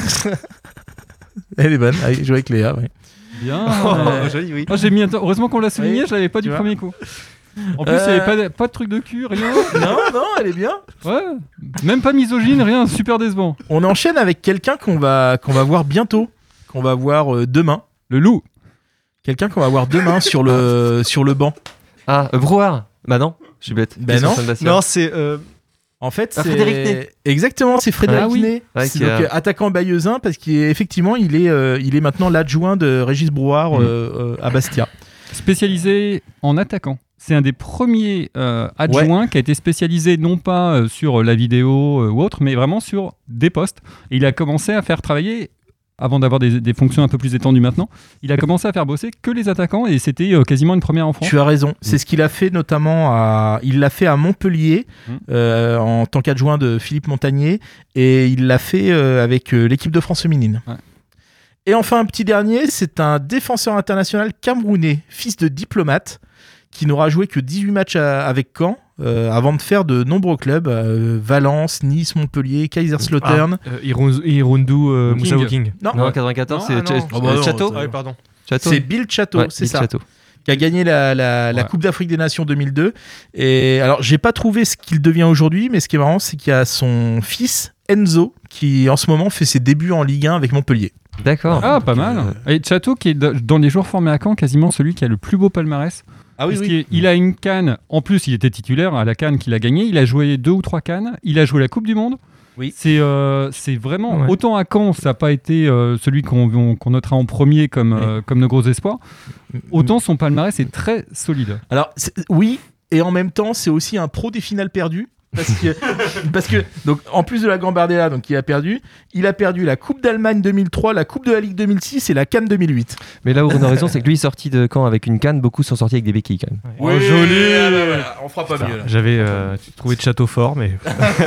Elle est bonne. Allez, jouer avec Léa, ouais. Bien. Euh, joli, oui. Oh, j'ai mis un temps- Heureusement qu'on l'a souligné, Oui, je l'avais pas tu du vois. premier coup. En plus, il Euh, n'y avait pas de, pas de truc de cul, rien. Non, non, elle est bien. Ouais. Même pas misogyne, rien, super décevant. On enchaîne avec quelqu'un qu'on va, qu'on va voir bientôt, qu'on va voir euh, demain. Le loup. Quelqu'un qu'on va voir demain sur le, sur le banc. Ah, euh, Brouard. Bah non, je suis bête. Ben non. Non, c'est. euh, En fait, Ah, c'est... Frédéric Ney. Exactement, c'est Frédéric Ah oui. Ney. Ouais, C'est qui donc a- euh, attaquant bayeuxin parce qu'effectivement, il est, euh, il est maintenant l'adjoint de Régis Brouard Mm. euh, euh, à Bastia. Spécialisé en attaquant. C'est un des premiers euh, adjoints qui a été spécialisé non pas euh, sur la vidéo euh, ou autre, mais vraiment sur des postes. Et il a commencé à faire travailler, avant d'avoir des, des fonctions un peu plus étendues maintenant, il a commencé à faire bosser que les attaquants et c'était euh, quasiment une première en France. Tu as raison. C'est ce qu'il a fait notamment à, il l'a fait à Montpellier Mm. euh, en tant qu'adjoint de Philippe Montagnier et il l'a fait euh, avec euh, l'équipe de France féminine. Ouais. Et enfin un petit dernier, c'est un défenseur international camerounais, fils de diplomate, qui n'aura joué que dix-huit matchs à- avec Caen euh, avant de faire de nombreux clubs, euh, Valence, Nice, Montpellier, Kaiserslautern. euh, Irun- Irundu euh, King. Moussa King. Non, Non, quatre-vingt-quatorze, Non, c'est ah non. Ch- Ah bah non, Château. t'as- Ah oui, pardon. Château. c'est Bill Chateau, Ouais, c'est Bill ça. Château. Qui a gagné la, la, la Ouais. Coupe d'Afrique des Nations deux mille deux. Et alors, j'ai pas trouvé ce qu'il devient aujourd'hui, mais ce qui est marrant, c'est qu'il y a son fils, Enzo, qui en ce moment fait ses débuts en Ligue un avec Montpellier. D'accord. Ah, pas mal. Et Chateau, qui est de- dans les joueurs formés à Caen, quasiment celui qui a le plus beau palmarès. Ah Parce qu'il- Il a une canne. En plus, il était titulaire à la canne qu'il a gagnée. Il a joué deux ou trois cannes. Il a joué la Coupe du Monde. Oui. C'est euh, c'est vraiment. Ouais. Autant à Caen, ça n'a pas été euh, celui qu'on on- qu'on notera en premier comme, euh, comme nos gros espoirs. Autant son palmarès est très solide. Alors, c'est- oui, et en même temps, c'est aussi un pro des finales perdues. Parce que, parce que donc, en plus de la Gambardella, donc, il a perdu, il a perdu la Coupe d'Allemagne deux mille trois, la Coupe de la Ligue deux mille six et la Cannes deux mille huit. Mais là où on a raison, c'est que lui est sorti de camp avec une canne, beaucoup sont sortis avec des béquilles quand même. Oh, joli. ah bah voilà, on fera pas mieux. Là. J'avais euh, trouvé de Château fort, mais.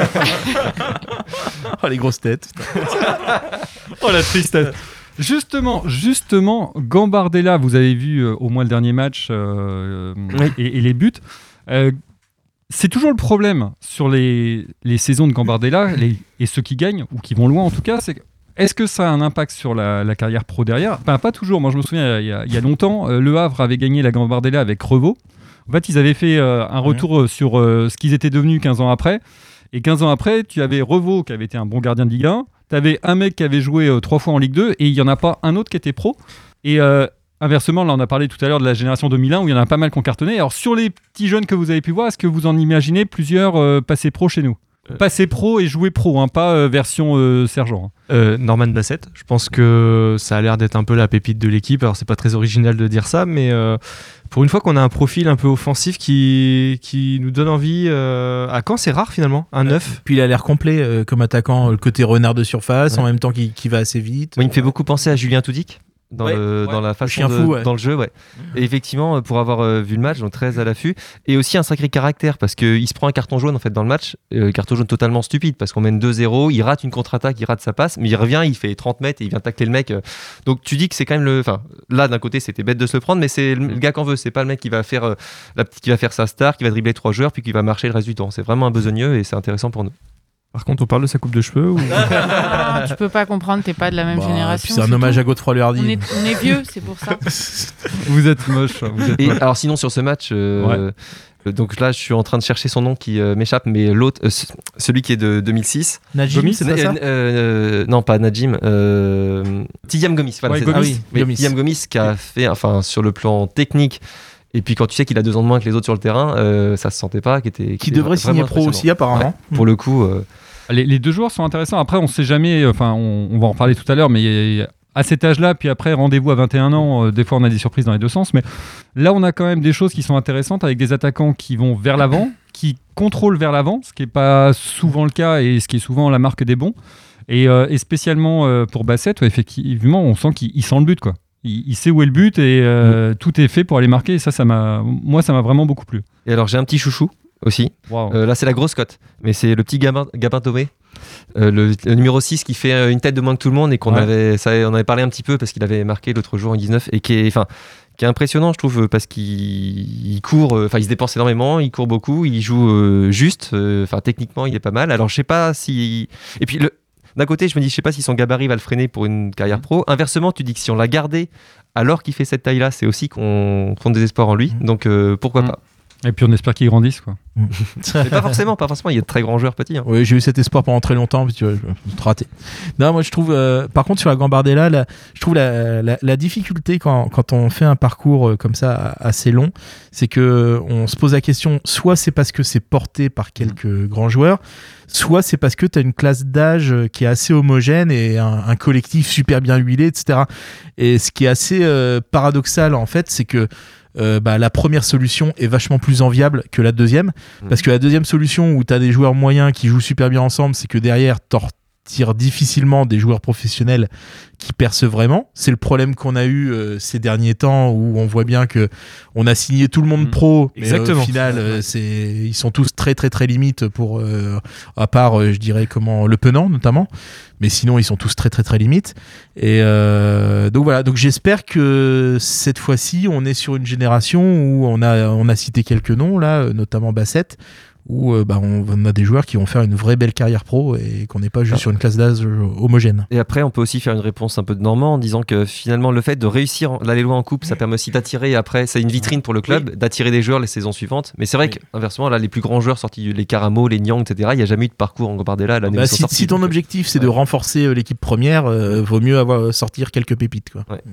Oh, les grosses têtes. Oh la tristesse. Justement, justement, Gambardella, vous avez vu euh, au moins le dernier match euh, Oui. et, et les buts. Euh, c'est toujours le problème sur les, les saisons de Gambardella les, et ceux qui gagnent ou qui vont loin en tout cas, c'est que est-ce que ça a un impact sur la, la carrière pro derrière? Enfin, pas toujours. Moi, je me souviens, il y a, il y a longtemps, euh, Le Havre avait gagné la Gambardella avec Revaux. En fait, ils avaient fait euh, un retour euh, sur euh, ce qu'ils étaient devenus quinze ans après. Et quinze ans après, tu avais Revaux qui avait été un bon gardien de Ligue un. Tu avais un mec qui avait joué euh, trois fois en Ligue deux et il n'y en a pas un autre qui était pro. Et euh, inversement, là on a parlé tout à l'heure de la génération deux mille un où il y en a pas mal qui ont cartonné. Alors sur les petits jeunes que vous avez pu voir, est-ce que vous en imaginez plusieurs euh, passer pro chez nous ? Passer pro et jouer pro, hein, pas euh, version euh, sergent. Euh, Norman Bassett, je pense que ça a l'air d'être un peu la pépite de l'équipe. Alors c'est pas très original de dire ça, mais euh, pour une fois qu'on a un profil un peu offensif qui, qui nous donne envie. Euh, à Caen, c'est rare finalement, un neuf. Puis il a l'air complet euh, comme attaquant, le côté renard de surface, ouais. En même temps qu'il, qu'il va assez vite. Moi, il me fait beaucoup penser à Julien Toudic. Dans, ouais, le, ouais. dans la façon de, fou, ouais. dans le jeu, ouais. Et effectivement, pour avoir euh, vu le match, donc très à l'affût, et aussi un sacré caractère parce qu'il se prend un carton jaune en fait dans le match, euh, carton jaune totalement stupide parce qu'on mène deux zéro, il rate une contre-attaque, il rate sa passe, mais il revient, il fait trente mètres et il vient tacler le mec. Euh. Donc tu dis que c'est quand même le, enfin là d'un côté c'était bête de se le prendre, mais c'est le, le gars qu'on veut, c'est pas le mec qui va faire euh, la qui va faire sa star, qui va dribbler trois joueurs puis qui va marcher le reste du temps. C'est vraiment un besogneux et c'est intéressant pour nous. Par contre, on parle de sa coupe de cheveux ou... Non, tu peux pas comprendre, t'es pas de la même bah, génération. C'est un hommage tout. À Godefroy Luardi. On est, on est vieux, c'est pour ça. Vous êtes moche. Vous êtes et moche. Alors sinon sur ce match, euh, ouais. donc là je suis en train de chercher son nom qui euh, m'échappe, mais l'autre, euh, celui qui est de deux mille six. Najim, Gomis, c'est pas ça euh, euh, Non, pas Najim. Euh, Thiam Gomis. Voilà, ouais, c'est Gomis. Ah, oui, oui, Gomis. Thiam Gomis qui a fait, enfin sur le plan technique. Et puis quand tu sais qu'il a deux ans de moins que les autres sur le terrain, euh, ça se sentait pas. Qui, était, qui, qui devrait signer pro aussi apparemment. Ouais, pour le coup. Euh, Les, les deux joueurs sont intéressants. Après, on sait jamais, enfin, on, on va en reparler tout à l'heure, mais à cet âge-là, puis après, rendez-vous à vingt et un ans, euh, des fois, on a des surprises dans les deux sens. Mais là, on a quand même des choses qui sont intéressantes avec des attaquants qui vont vers l'avant, qui contrôlent vers l'avant, ce qui n'est pas souvent le cas et ce qui est souvent la marque des bons. Et, euh, et spécialement euh, pour Bassett, ouais, effectivement, on sent qu'il il sent le but, quoi. Il, il sait où est le but et euh, mmh. tout est fait pour aller marquer. Et ça, ça m'a, moi, ça m'a vraiment beaucoup plu. Et alors, j'ai un petit chouchou aussi. Wow. Euh, là, c'est la grosse cote, mais c'est le petit Gabin, Gabin Tomé, euh, le, le numéro six qui fait une tête de moins que tout le monde et qu'on ouais. avait, ça, on avait parlé un petit peu parce qu'il avait marqué l'autre jour en dix-neuf et qui est, enfin, qui est impressionnant, je trouve, parce qu'il il court, enfin, euh, il se dépense énormément, il court beaucoup, il joue euh, juste, enfin, euh, techniquement, il est pas mal. Alors, je sais pas si, et puis le d'un côté, je me dis, je sais pas si son gabarit va le freiner pour une carrière pro. Inversement, tu dis que si on l'a gardé alors qu'il fait cette taille-là, c'est aussi qu'on fonde des espoirs en lui. Donc, euh, pourquoi mmh. pas. Et puis on espère qu'il grandisse, quoi. Mais pas forcément, pas forcément. Il y a de très grands joueurs petits. Hein. Oui, j'ai eu cet espoir pendant très longtemps, puis tu vois, je me suis raté. Non, moi je trouve. Euh, par contre, sur la Gambardella, là, je trouve la, la, la difficulté quand, quand on fait un parcours comme ça assez long, c'est que on se pose la question. Soit c'est parce que c'est porté par quelques mmh. grands joueurs, soit c'est parce que tu as une classe d'âge qui est assez homogène et un, un collectif super bien huilé, et cetera. Et ce qui est assez euh, paradoxal en fait, c'est que Euh, bah, la première solution est vachement plus enviable que la deuxième mmh. parce que la deuxième solution où tu as des joueurs moyens qui jouent super bien ensemble, c'est que derrière t'en retires difficilement des joueurs professionnels qui percent vraiment. C'est le problème qu'on a eu euh, ces derniers temps où on voit bien que on a signé tout le monde mmh. pro, mais Exactement. Euh, au final euh, c'est, ils sont tous très très très limites pour euh, à part euh, je dirais comment Le Penant notamment, mais sinon ils sont tous très très très limites. Et euh, donc voilà, donc j'espère que cette fois-ci on est sur une génération où on a on a cité quelques noms là, notamment Bassett, où euh, bah, on, on a des joueurs qui vont faire une vraie belle carrière pro et qu'on n'est pas juste ah. sur une classe d'âge homogène. Et après, on peut aussi faire une réponse un peu de Normand en disant que finalement, le fait de réussir d'aller loin en coupe, ça permet aussi d'attirer après, c'est une vitrine pour le club, oui. d'attirer des joueurs les saisons suivantes. Mais c'est vrai oui. qu'inversement, là, les plus grands joueurs sortis, les Caramo, les Niang, et cetera, il n'y a jamais eu de parcours en Gambardella l'année bah, où ils sont si, sortis. Si ton donc, objectif, c'est ouais. de renforcer l'équipe première, euh, vaut mieux avoir, sortir quelques pépites, quoi. Ouais.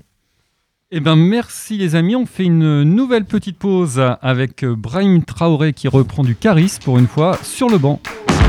Eh ben merci les amis, on fait une nouvelle petite pause avec Brahim Traoré qui reprend du Caris pour une fois sur le banc.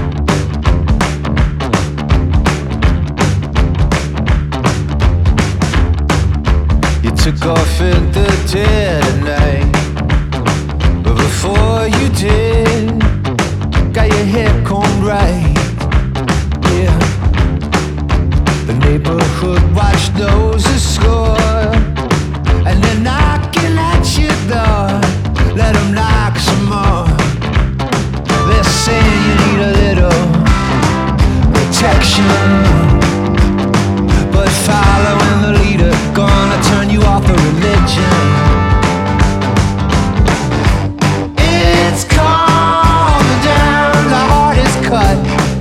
You took off in the dead of night, but before you did, got your hair combed right, yeah. The neighborhood watch noses score. And they're knocking at your door. Let them knock some more. They're saying you need a little protection, but following the leader gonna turn you off the religion. It's calming down, the heart is cut.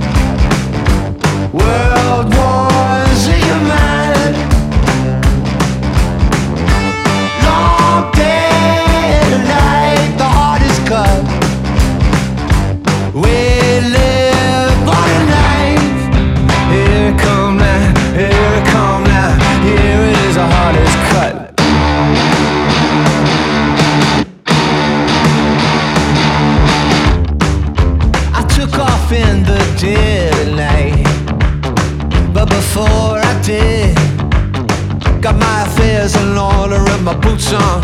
World wars in your mind. Here it come now, here it is, our heart is cut. dear tonight. But before I did, got my affairs in order and my boots on.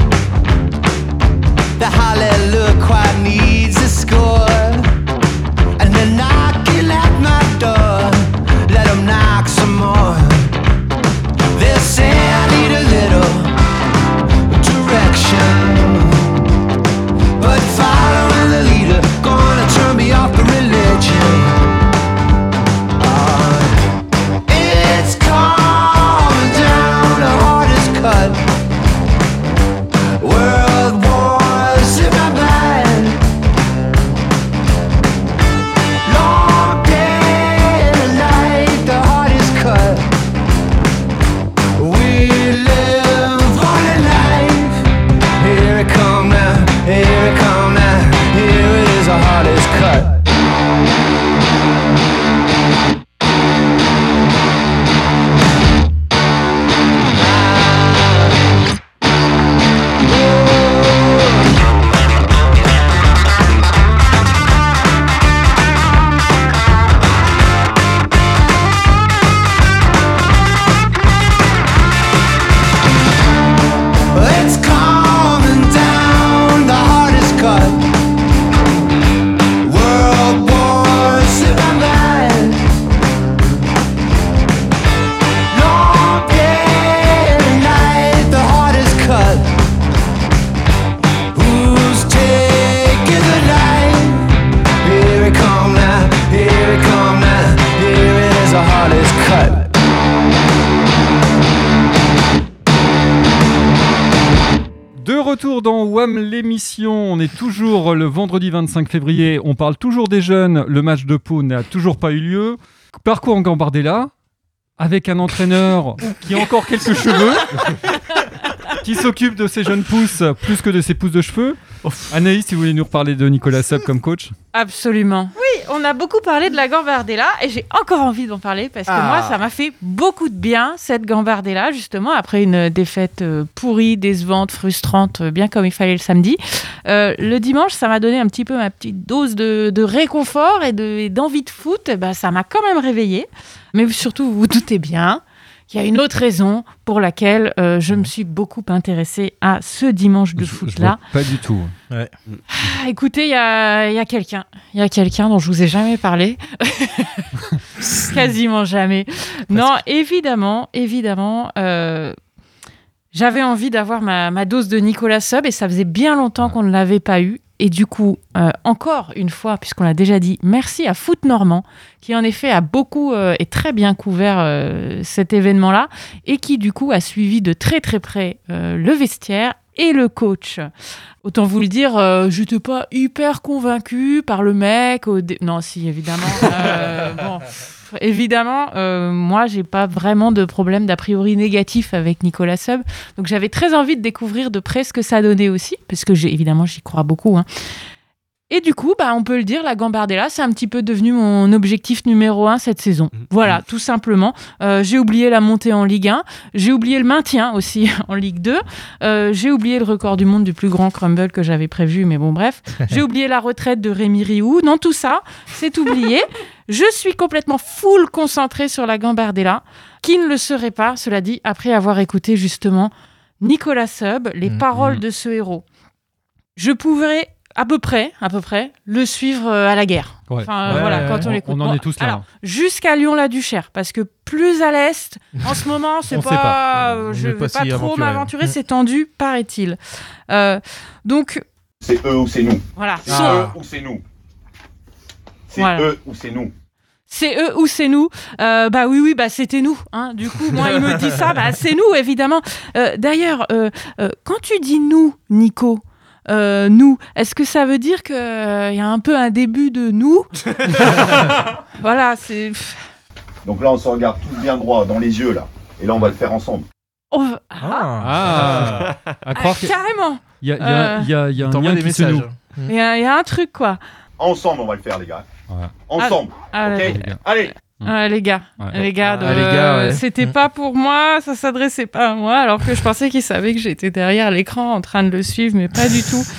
The hallelujah quite needs a score. And they're knocking at my door. Let them knock some more. They'll say I need a little direction, but following the leader gonna turn me off the religion. Uh, it's coming down, the hardest cut. World wars in my mind. Long day and night, the hardest cut. We live on a life. Here it come now, here it come now. Here it is, the hardest cut. It's coming down, the hardest cut. World wars in my mind. Long day and night, the hardest cut. Who's taking the night? Here it come now, here it come now. Here it is, the hardest cut. De retour dans WAM l'émission, on est toujours le vendredi vingt-cinq février, on parle toujours des jeunes, le match de Pau n'a toujours pas eu lieu. Parcours en Gambardella, avec un entraîneur qui a encore quelques cheveux, qui s'occupe de ses jeunes pousses plus que de ses pousses de cheveux. Anaïs, si vous voulez nous reparler de Nicolas Sub comme coach. Absolument. Oui, on a beaucoup parlé de la Gambardella et j'ai encore envie d'en parler parce que Ah. moi, ça m'a fait beaucoup de bien, cette Gambardella, justement, après une défaite euh, pourrie, décevante, frustrante, euh, bien comme il fallait le samedi. Euh, le dimanche, ça m'a donné un petit peu ma petite dose de, de réconfort et, de, et d'envie de foot. Et ben, ça m'a quand même réveillée. Mais surtout, vous vous doutez bien qu'il y a une autre raison pour laquelle euh, je me suis beaucoup intéressée à ce dimanche de Je- je foot-là. vois pas du tout. Ah, écoutez, il y a, il y a quelqu'un. Il y a quelqu'un dont je vous ai jamais parlé. Quasiment jamais. Non, évidemment, évidemment, euh, j'avais envie d'avoir ma, ma dose de Nicolas Sub et ça faisait bien longtemps qu'on ne l'avait pas eu. Et du coup, euh, encore une fois, puisqu'on l'a déjà dit, merci à Foot Normand, qui en effet a beaucoup euh, et très bien couvert euh, cet événement-là, et qui du coup a suivi de très très près euh, le vestiaire et le coach. Autant vous le dire, euh, je n'étais pas hyper convaincue par le mec. Au dé- Non, si, évidemment. Euh, bon, évidemment, euh, moi, j'ai pas vraiment de problème d'a priori négatif avec Nicolas Sub. Donc, j'avais très envie de découvrir de près ce que ça donnait aussi, parce que j'ai, évidemment, j'y crois beaucoup. Hein. Et du coup, bah, on peut le dire, la Gambardella, c'est un petit peu devenu mon objectif numéro un cette saison. Voilà, tout simplement. Euh, j'ai oublié la montée en Ligue un. J'ai oublié le maintien aussi en Ligue deux. Euh, j'ai oublié le record du monde du plus grand crumble que j'avais prévu, mais bon, bref. J'ai oublié la retraite de Rémi Rioux. Non, tout ça, c'est oublié. Je suis complètement full concentrée sur la Gambardella, qui ne le serait pas, cela dit, après avoir écouté justement Nicolas Sub, les Mmh, paroles mmh. de ce héros. Je pourrais à peu près, à peu près, le suivre euh, à la guerre. Ouais. Enfin, Ouais, voilà, ouais, quand on on- l'écoute. on en est tous là. Alors, jusqu'à Lyon-la-Duchère, parce que plus à l'est, en ce moment, c'est On pas, sait pas. euh, On je n'est vais pas pas si trop aventuré. m'aventurer, Mm. c'est tendu, paraît-il. Euh, donc, C'est eux ou c'est nous. voilà. C'est Ah. eux ou c'est nous. C'est Voilà. eux ou c'est nous. C'est eux ou c'est nous. Euh, bah oui, oui, bah c'était nous. Hein. Du coup, moi, il me dit ça, bah c'est nous, évidemment. Euh, d'ailleurs, euh, euh, quand tu dis nous, Nico, euh, nous, est-ce que ça veut dire qu'il euh, y a un peu un début de nous? Voilà, c'est... Donc là, on se regarde tous bien droit dans les yeux, là. Et là, on va le faire ensemble. Oh, Ah, Ah, à ah, croire qu'il carrément. y a, il y a- Euh, il y a- il y a un t'envoies lien des qui se messages. noue. Il y, a il y a un truc, quoi. Ensemble, on va le faire, les gars. Voilà. Ensemble. Ah, ok les- les gars. Allez. Ouais, les gars, Ouais. les gars, de- Ah, les gars, ouais. c'était Mm. pas pour moi, ça s'adressait pas à moi, alors que je pensais qu'ils savaient que j'étais derrière l'écran en train de le suivre, mais pas du tout.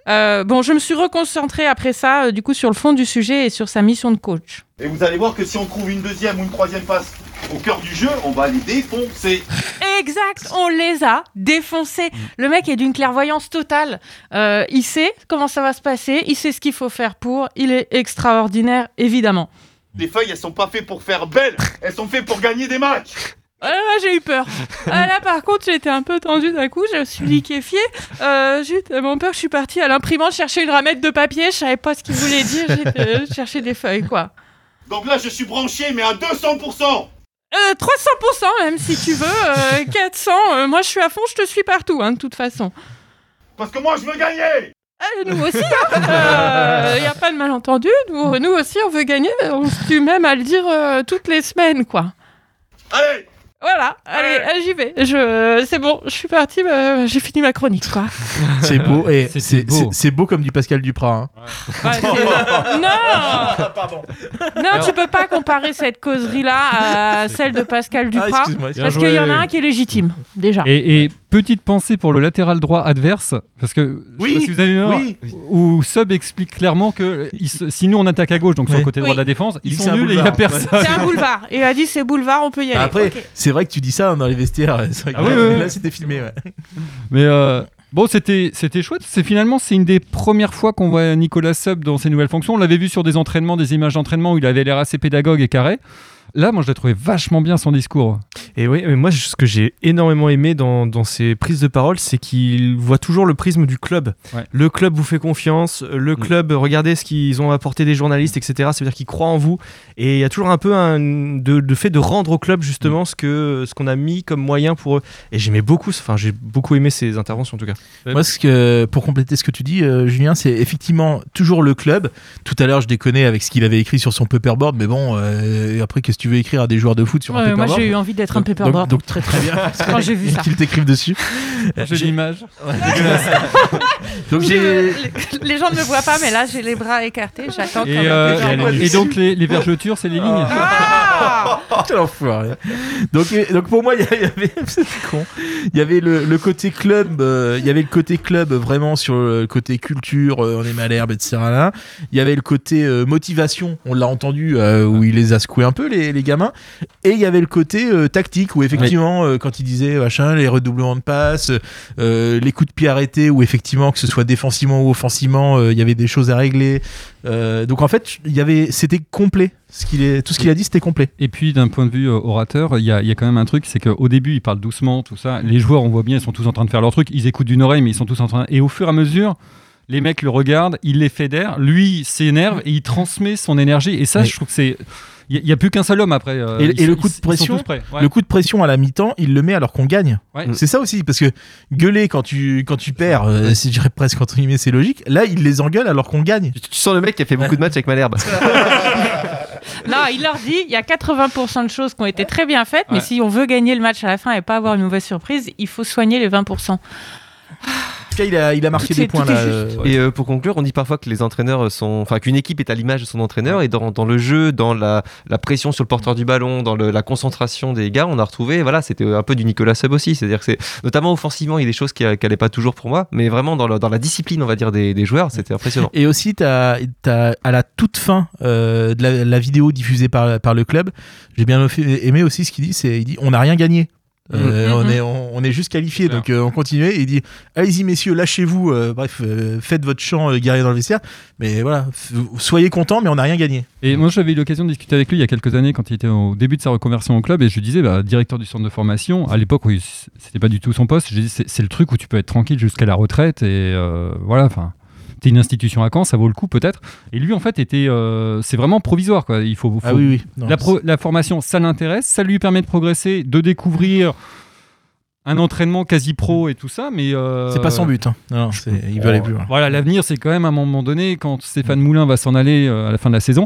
Euh, bon, je me suis reconcentrée après ça, euh, du coup, sur le fond du sujet et sur sa mission de coach. Et vous allez voir que si on trouve une deuxième ou une troisième passe au cœur du jeu, on va les défoncer. Exact, on les a défoncés. Le mec est d'une clairvoyance totale. Euh, il sait comment ça va se passer, il sait ce qu'il faut faire pour. Il est extraordinaire, évidemment. Les feuilles, elles sont pas faites pour faire belle, elles sont faites pour gagner des matchs. Ah là, là, j'ai eu peur. Ah là, par contre, j'ai été un peu tendue d'un coup, je me suis liquéfiée. Euh, j'ai tellement peur, je suis partie à l'imprimante chercher une ramette de papier, je savais pas ce qu'il voulait dire, j'ai euh, cherché des feuilles, quoi. Donc là, je suis branché, mais à deux cents pour cent. Euh, trois cents pour cent même, si tu veux. Euh, quatre cents, euh, moi je suis à fond, je te suis partout, hein, de toute façon. Parce que moi, je veux gagner. Euh, nous aussi, il hein. euh, y a pas de malentendu. Nous, nous aussi, on veut gagner, on se tue même à le dire euh, toutes les semaines, quoi. Allez. Voilà, allez, allez, j'y vais. Je, c'est bon, je suis partie, bah, j'ai fini ma chronique, quoi. C'est beau, et C'est- c'est, c'est beau. c'est- c'est beau comme du Pascal Duprat. Hein. Ouais, c'est- non Pardon. Non, tu peux pas comparer cette causerie-là à celle de Pascal Ah, Duprat, excuse-moi. Bien parce joué. qu'il y en a un qui est légitime, déjà. Et, et petite pensée pour le latéral droit adverse, parce que je sais Oui, pas si vous avez vu, oui. où Sub explique clairement que il se- si nous on attaque à gauche, donc sur Oui. le côté droit Oui. de la défense, ils Il dit que sont c'est un nuls et il n'y a boulevard. personne. C'est un boulevard. Il a dit c'est boulevard, on peut y aller. Après, Ok. c'est vrai que tu dis ça dans les vestiaires. C'est vrai que Ah oui, là, oui, oui. là, c'était filmé. Ouais. Mais euh, bon, c'était c'était chouette. C'est finalement c'est une des premières fois qu'on voit Nicolas Sub dans ses nouvelles fonctions. On l'avait vu sur des entraînements, des images d'entraînement où il avait l'air assez pédagogue et carré. Là, moi, je l'ai trouvé vachement bien son discours. Et oui, mais moi, ce que j'ai énormément aimé dans, dans ses prises de parole, c'est qu'il voit toujours le prisme du club. Ouais. Le club vous fait confiance, le club, regardez ce qu'ils ont apporté des journalistes, et cetera. Ça veut dire qu'ils croient en vous. Et il y a toujours un peu un de, de fait de rendre au club justement ce que ce qu'on a mis comme moyen pour eux. Et j'aimais beaucoup, enfin, j'ai beaucoup aimé ses interventions en tout cas. Moi, ce que, pour compléter ce que tu dis, euh, Julien, c'est effectivement toujours le club. Tout à l'heure, je déconnais avec ce qu'il avait écrit sur son paperboard, mais bon, euh, après, qu'est-ce que tu veux écrire à des joueurs de foot sur un Ouais, moi, paperboard? j'ai eu envie d'être un Donc- paperboard. Donc, donc très très bien. Quand j'ai vu ça. Qu'ils t'écrivent dessus. J'ai l'image. Donc Je- j'ai. les, les gens ne me voient pas, mais là, j'ai les bras écartés. J'attends Et, quand même euh, que les gens voient. et donc les, les vergetures, c'est les lignes. Ah Quel enfoiré. Donc, euh, donc pour moi, il y avait, c'est con. Il y avait le, le côté club, euh, il y avait le côté club vraiment sur le côté culture, euh, on est malherbe, et cetera. Là. Il y avait le côté euh, motivation, on l'a entendu, euh, où il les a secoués un peu les, les gamins. Et il y avait le côté euh, tactique où effectivement, euh, quand il disait machin, les redoublements de passes, euh, les coups de pied arrêtés, où effectivement que ce soit défensivement ou offensivement, euh, il y avait des choses à régler. Euh, donc en fait, il y avait, c'était complet. Ce qu'il est, tout ce qu'il a dit, c'était complet. Et puis d'un point de vue euh, orateur, il y, a- il y a quand même un truc, c'est qu'au début, il parle doucement, tout ça. Les joueurs, on voit bien, ils sont tous en train de faire leur truc. Ils écoutent d'une oreille, mais ils sont tous en train. Et au fur et à mesure, les mecs le regardent, il les fédère, lui s'énerve et il transmet son énergie. Et ça, Oui. je trouve que c'est. Il n'y a, plus qu'un seul homme après. euh, Et- ils et le sont- coup de ils- ils sont pression, tous prêts. Ouais. Le coup de pression à la mi-temps, il le met alors qu'on gagne. Ouais. C'est ça aussi, parce que gueuler quand tu, quand tu perds, euh, si je dirais presque entre guillemets, c'est logique. Là, il les engueule alors qu'on gagne. Tu, tu sens le mec qui a fait beaucoup de matchs avec Malherbe. Non, il leur dit, il y a quatre-vingts pour cent de choses qui ont été très bien faites, mais Ouais. si on veut gagner le match à la fin et pas avoir une mauvaise surprise, il faut soigner les vingt pour cent. En tout cas, il a, il a marqué Tout des est- points tout est là. juste. euh, Et euh, pour conclure, on dit parfois que les entraîneurs sont, enfin qu'une équipe est à l'image de son entraîneur, et dans, dans le jeu, dans la, la pression sur le porteur du ballon, dans le- la concentration des gars, on a retrouvé, voilà, c'était un peu du Nicolas Sub aussi, c'est-à-dire que c'est notamment offensivement, il y a des choses qui n'allaient pas toujours pour moi, mais vraiment dans, le- dans la discipline, on va dire des, des joueurs, c'était impressionnant. Et aussi, t'as, t'as, à la toute fin euh, de la, la vidéo diffusée par, par le club, j'ai bien aimé aussi ce qu'il dit, c'est il dit on n'a rien gagné. Euh, Mhm. on, est, on, on est juste qualifié, Claire. donc euh, on continue. Et il dit allez-y messieurs, lâchez-vous, euh, bref, euh, faites votre chant euh, guerrier dans le vestiaire, mais voilà, f- soyez contents, mais on n'a rien gagné. Et moi, j'avais eu l'occasion de discuter avec lui il y a quelques années quand il était au début de sa reconversion au club et je lui disais, bah, directeur du centre de formation, à l'époque, oui, c'était pas du tout son poste. Je lui dis, c'est, c'est le truc où tu peux être tranquille jusqu'à la retraite et euh, voilà, enfin. T'es une institution à Caen, ça vaut le coup peut-être. Et lui, en fait, était, euh, c'est vraiment provisoire, quoi. Il faut, faut- Ah oui, oui. Non, la, pro- la formation, ça l'intéresse, ça lui permet de progresser, de découvrir un entraînement quasi pro et tout ça, mais euh, c'est pas son but. Hein. Non, non, c'est- il veut aller plus loin. Voilà, l'avenir, c'est quand même à un moment donné, quand Stéphane Moulin va s'en aller euh, à la fin de la saison,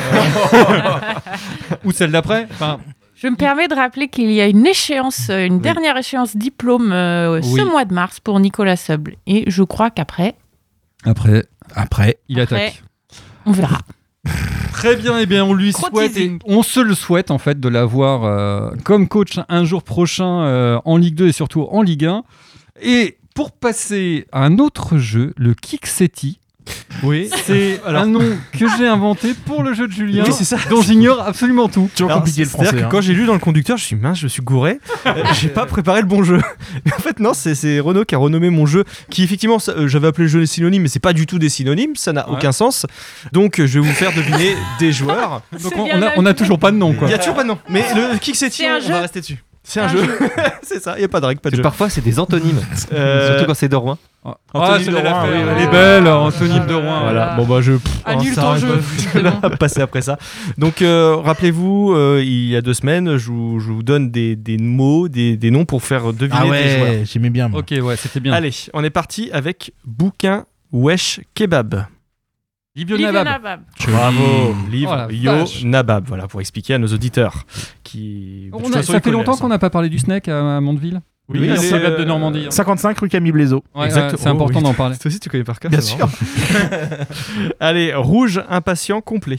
ou celle d'après. Enfin, Je me permets de rappeler qu'il y a une échéance, euh, une dernière échéance diplôme euh, Oui. ce mois de mars pour Nicolas Sub. Et je crois qu'après, après, Après, il Après. attaque. on verra. Très bien, et bien on lui Gros souhaite, et teasing. on se le souhaite en fait de l'avoir euh, comme coach un jour prochain euh, en Ligue deux et surtout en Ligue un. Et pour passer à un autre jeu, le Kixetti. Oui, c'est Alors- un nom que j'ai inventé pour le jeu de Julien, Oui, c'est ça. dont j'ignore absolument tout. Toujours Alors, compliqué le c'est-à-dire français. que hein. quand j'ai lu dans le conducteur, je suis mince, je me suis gouré. Euh, j'ai pas préparé le bon jeu. Mais en fait, non, c'est, c'est Renault qui a renommé mon jeu, qui effectivement, ça, euh, j'avais appelé le jeu des synonymes, mais c'est pas du tout des synonymes, ça n'a Ouais. aucun sens. Donc, euh, je vais vous faire deviner des joueurs. Donc C'est on, bien on a, la on a vie. toujours pas de nom, quoi. Il y a toujours pas de nom. Mais le Kixetti, C'est un on jeu. va rester dessus. C'est un, Un jeu. jeu. C'est ça, il y a pas de règle, pas de jeu. Parfois, c'est des antonymes. Euh, Surtout quand c'est de Rouen. Ah, Anthony celle-là, de elle a Rouen, fait- oui, elle oui. est belle, Anthony de Rouen. Voilà, bon bah je pff, Annule ça ton arrête jeu. pas. C'est bon. On va passer après ça. Donc euh, rappelez-vous, euh, il y a deux semaines, je vous, je vous donne des, des mots, des, des noms pour faire deviner Ah des joueurs. ouais, j'aimais bien. Moi. Ok, ouais, c'était bien. Allez, on est parti avec bouquin wesh kebab. Libyo Livio Nabab. Nabab. Bravo, livre Oh la Yo vache. Nabab. Voilà pour expliquer à nos auditeurs qui. de On toute a- façon, ça ils fait longtemps connaissent, qu'on n'a pas parlé du snack à, à Mondeville. Oui, le c'est, kebab euh, de Normandie. hein. cinquante-cinq rue Camille Blaiseau. Ouais, exactement. ouais, c'est important Oh, oui. d'en parler. Toi aussi, tu connais par cœur. Bien c'est sûr. marrant. Allez, rouge impatient complet.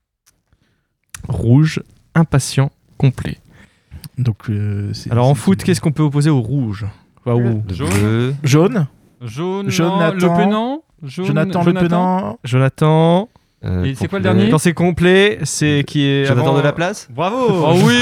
Rouge impatient complet. Donc, euh, c'est- Alors en c'est- foot, qu'est-ce qu'on peut opposer au rouge Enfin, au- Le Jaune. bleu. Jaune. Jaune, Jonathan. Le Penant. Jaune, Jonathan Le Penant. Jonathan. euh, Et c'est quoi le complet. dernier Quand c'est complet, c'est qui est. Jonathan avant- de la place. Bravo Oh oui.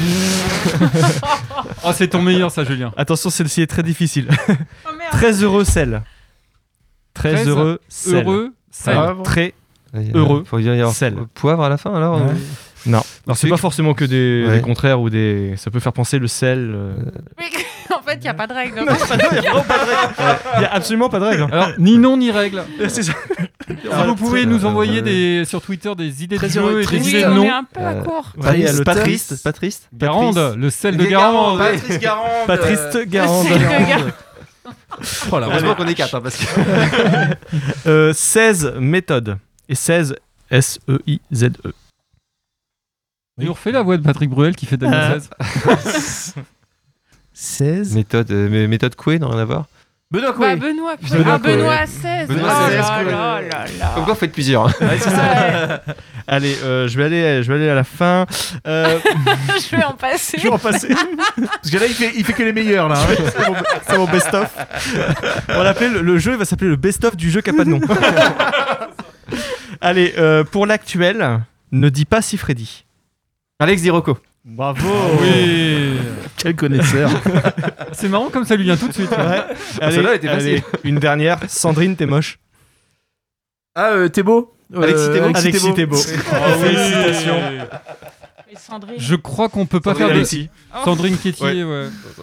Oh, c'est ton meilleur, ça, Julien. Attention, celle-ci est très difficile. Oh merde. Très heureux sel. Très Très heureux sel. Heureux. Ça. Ah, très. Ouais, Heureux. Faut dire, il y avoir Sel. poivre à la fin alors. Ouais. euh, Non. Alors c'est C'est pas que- forcément que des, Ouais. des contraires ou des. Ça peut faire penser le sel. euh. Oui, en fait, il n'y a pas de règle. Il y a absolument pas de règle. hein. Alors, ni nom ni règle. C'est ça. Si vous pouvez nous envoyer des, sur Twitter des idées de Très jeux heureux, et des triste. idées Oui, de on est noms. un peu à Euh, court. Ouais, il y a le pas thème. triste, pas triste. Garande, le sel de Les Garande. Garonde. Patrice Garande. Patrice Garande. C'est le gars. Oh là, Heureusement qu'on est quatre hein, parce que. Euh, seize méthodes. Et seize, S E I Z E. Et on refait la voix de Patrick Bruel qui fait Daniel Euh. seize. seize. Méthode, euh, mais méthode Coué, non rien à voir. Benoît Bah, Coué. Benoît, Benoît ah, Coué. Benoît seize. Benoît Oh seize, là Coué. là là là. Comme quoi, faut être plusieurs. hein. Ouais. Allez, euh, je vais aller, je vais aller à la fin. Euh, Je vais en passer. je vais en passer. Parce que là, il fait, il fait que les meilleurs là. hein. C'est mon, c'est mon best-of. On va l'appeler le, le jeu, il va s'appeler le best-of du jeu qui a pas de nom. Allez, euh, pour l'actuel, ne dis pas si Freddy. Alex Di Rocco. Bravo. Oui. Quel connaisseur. C'est marrant comme ça lui vient tout de suite. Ouais. Allez, celle-là était allez, une dernière. Sandrine, t'es moche. Ah, euh, t'es beau. Alexis Thébault. Alexis Thébault. Oh, félicitations. Et Sandrine. Je crois qu'on peut pas Sandrine faire de Alexis. Sandrine Quétier, ouais.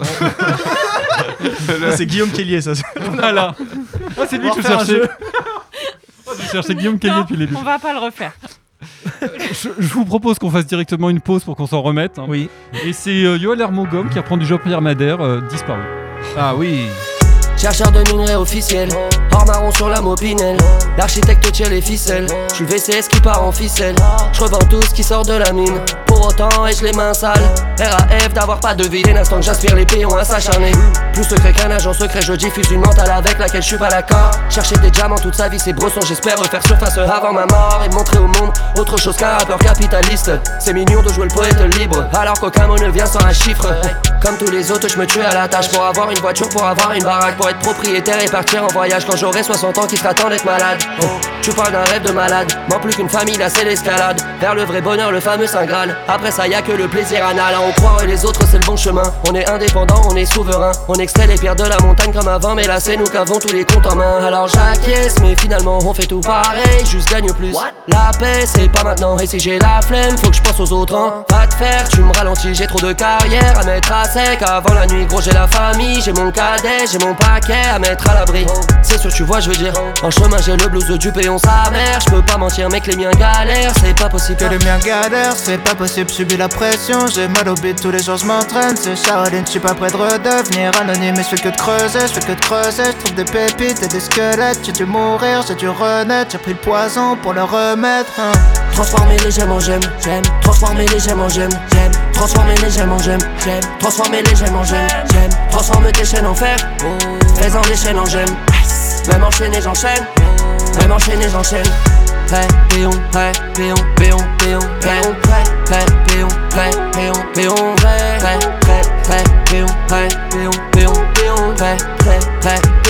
Là, c'est Guillaume Kellier, ça. Voilà. Ah, c'est lui On que je va refaire un cherchais. jeu. Oh, je cherchais Guillaume Kellier Non, depuis le début. on va pas le refaire. Je, je vous propose qu'on fasse directement une pause pour qu'on s'en remette. hein. Oui. Et c'est euh, Yoel Hermogom qui reprend du Jean-Pierre Madère, euh, disparu. Ah oui. Chercheur de minerais officiel, hors marron sur la mopinelle. L'architecte tire les ficelles, je suis V C S qui part en ficelle. Je revends tout ce qui sort de la mine, pour autant ai-je les mains sales. R A F d'avoir pas deviné l'instant que j'aspire les péons à s'acharner. Plus secret qu'un agent secret, je diffuse une mentale avec laquelle je suis pas d'accord. Chercher des diamants toute sa vie c'est bresson, j'espère refaire surface avant ma mort. Et montrer au monde autre chose qu'un rappeur capitaliste. C'est mignon de jouer le poète libre, alors qu'aucun mot ne vient sans un chiffre. Comme tous les autres je me tue à la tâche pour avoir une voiture, pour avoir une baraque, pour être propriétaire et partir en voyage quand j'aurai soixante ans qui sera temps d'être malade. Oh, tu parles d'un rêve de malade, manque plus qu'une famille, là c'est l'escalade. Vers le vrai bonheur, le fameux Saint Graal. Après ça y a que le plaisir anal. On croit et les autres c'est le bon chemin. On est indépendant, on est souverain. On extrait les pierres de la montagne comme avant, mais là c'est nous qui avons tous les comptes en main. Alors j'acquiesce, mais finalement on fait tout pareil, juste gagne plus. La paix c'est pas maintenant, et si j'ai la flemme, faut que je pense aux autres. Hein. Va te faire, tu me ralentis, j'ai trop de carrière à mettre à sec. Avant la nuit, gros j'ai la famille, j'ai mon cadet, j'ai mon paquet à mettre à l'abri. C'est sûr tu vois je veux dire, en chemin j'ai le blues du péon sa mère. Je peux pas mentir mec, les miens galèrent, c'est pas possible. Que les miens galèrent, c'est pas possible, subis la pression. J'ai mal au bide, tous les jours je m'entraîne. C'est Charline, je suis pas prêt de redevenir anonyme. Mais je fais que de creuser, je fais que de creuser. Je trouve des pépites et des squelettes. J'ai dû mourir, j'ai dû renaître. J'ai pris le poison pour le remettre. hein. Transformer les gemmes en gemmes, j'aime. Transformer les gemmes en gemmes, j'aime. Transformer les gemmes en gemmes, j'aime. Transformer les gemmes en gemmes, j'aime. Transforme tes chaînes en fer, fais-en des chaînes en gemmes. Même enchaîner j'enchaîne, même enchaîner j'enchaîne. Prêt, péon, prêt, péon, péon, péon, péon, prêt, prêt, péon, prêt, péon, péon, prêt, prêt, prêt, prêt, péon, prêt, péon, péon, péon, prêt, prêt, prêt,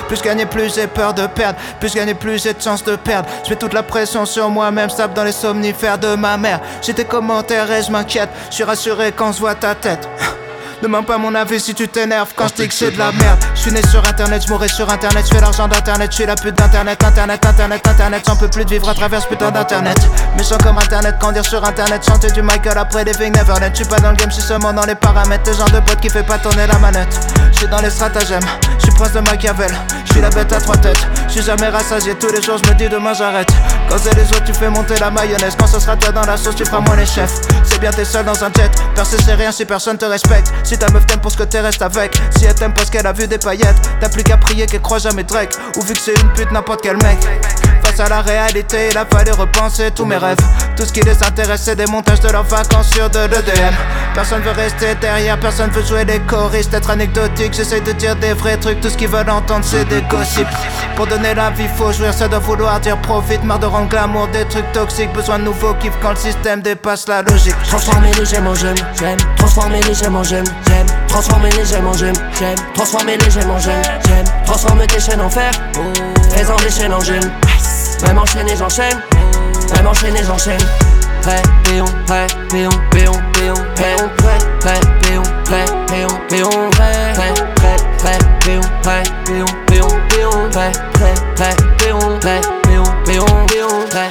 Plus je gagne, plus j'ai peur de perdre. Plus je gagne, plus j'ai de chance de perdre. Je mets toute la pression sur moi-même, stable dans les somnifères de ma mère. J'ai tes commentaires et je m'inquiète. Je suis rassuré quand je vois ta tête. Demande pas mon avis si tu t'énerves quand je dis que c'est de la merde. Je suis né sur internet, je mourrai sur internet. Je fais l'argent d'internet, je suis la pute d'internet. Internet, internet, internet, j'en peux plus de vivre à travers ce putain d'internet. Méchant comme internet, quand dire sur internet. Chanter du Michael après Living Neverland. Je suis pas dans le game, je suis seulement dans les paramètres. Le genre de pote qui fait pas tourner la manette. Je suis dans les stratagèmes, je suis prince de Machiavel. Je suis la bête à trois têtes, je suis jamais rassasié. Tous les jours je me dis demain j'arrête. Quand c'est les autres tu fais monter la mayonnaise. Quand ce sera toi dans la sauce tu feras moins les chefs. C'est bien t'es seul dans un jet, percer c'est rien si personne te respecte. Si ta meuf t'aime pour ce que t'es reste avec. Si elle t'aime parce qu'elle a vu des paillettes, t'as plus qu'à prier qu'elle croit jamais Drake. Ou vu que c'est une pute n'importe quel mec. Face à la réalité il a fallu repenser tous mes rêves. Tout ce qui les intéresse c'est des montages de leurs vacances sur de l'E D M. Personne veut rester derrière, personne veut jouer les choristes. Être anecdotique, j'essaye de dire des vrais trucs. Tout ce qu'ils veulent entendre c'est des gossips. Pour donner la vie faut jouir, ça doit vouloir dire profite. Marre de rendre glamour des trucs toxiques. Besoin de nouveaux kiffs quand le système dépasse la logique. Transformer les gemmes en gemmes, j'aime. Transformer les gemmes en gemmes, j'aime. Transformer les gemmes en gemmes, j'aime. Transformer les gemmes en gemmes, j'aime. Transformer tes chaînes en fer, faisant des chaînes en gemmes. Même enchaîner j'enchaîne, même enchaîner j'enchaîne. Prêt, péon, prêt, péon, péon, péon, péon, prêt, prêt, péon, prêt, péon, péon, prêt, prêt, prêt, prêt, péon, prêt, péon, péon, péon, prêt, prêt, prêt, péon, prêt, péon, péon, péon, prêt.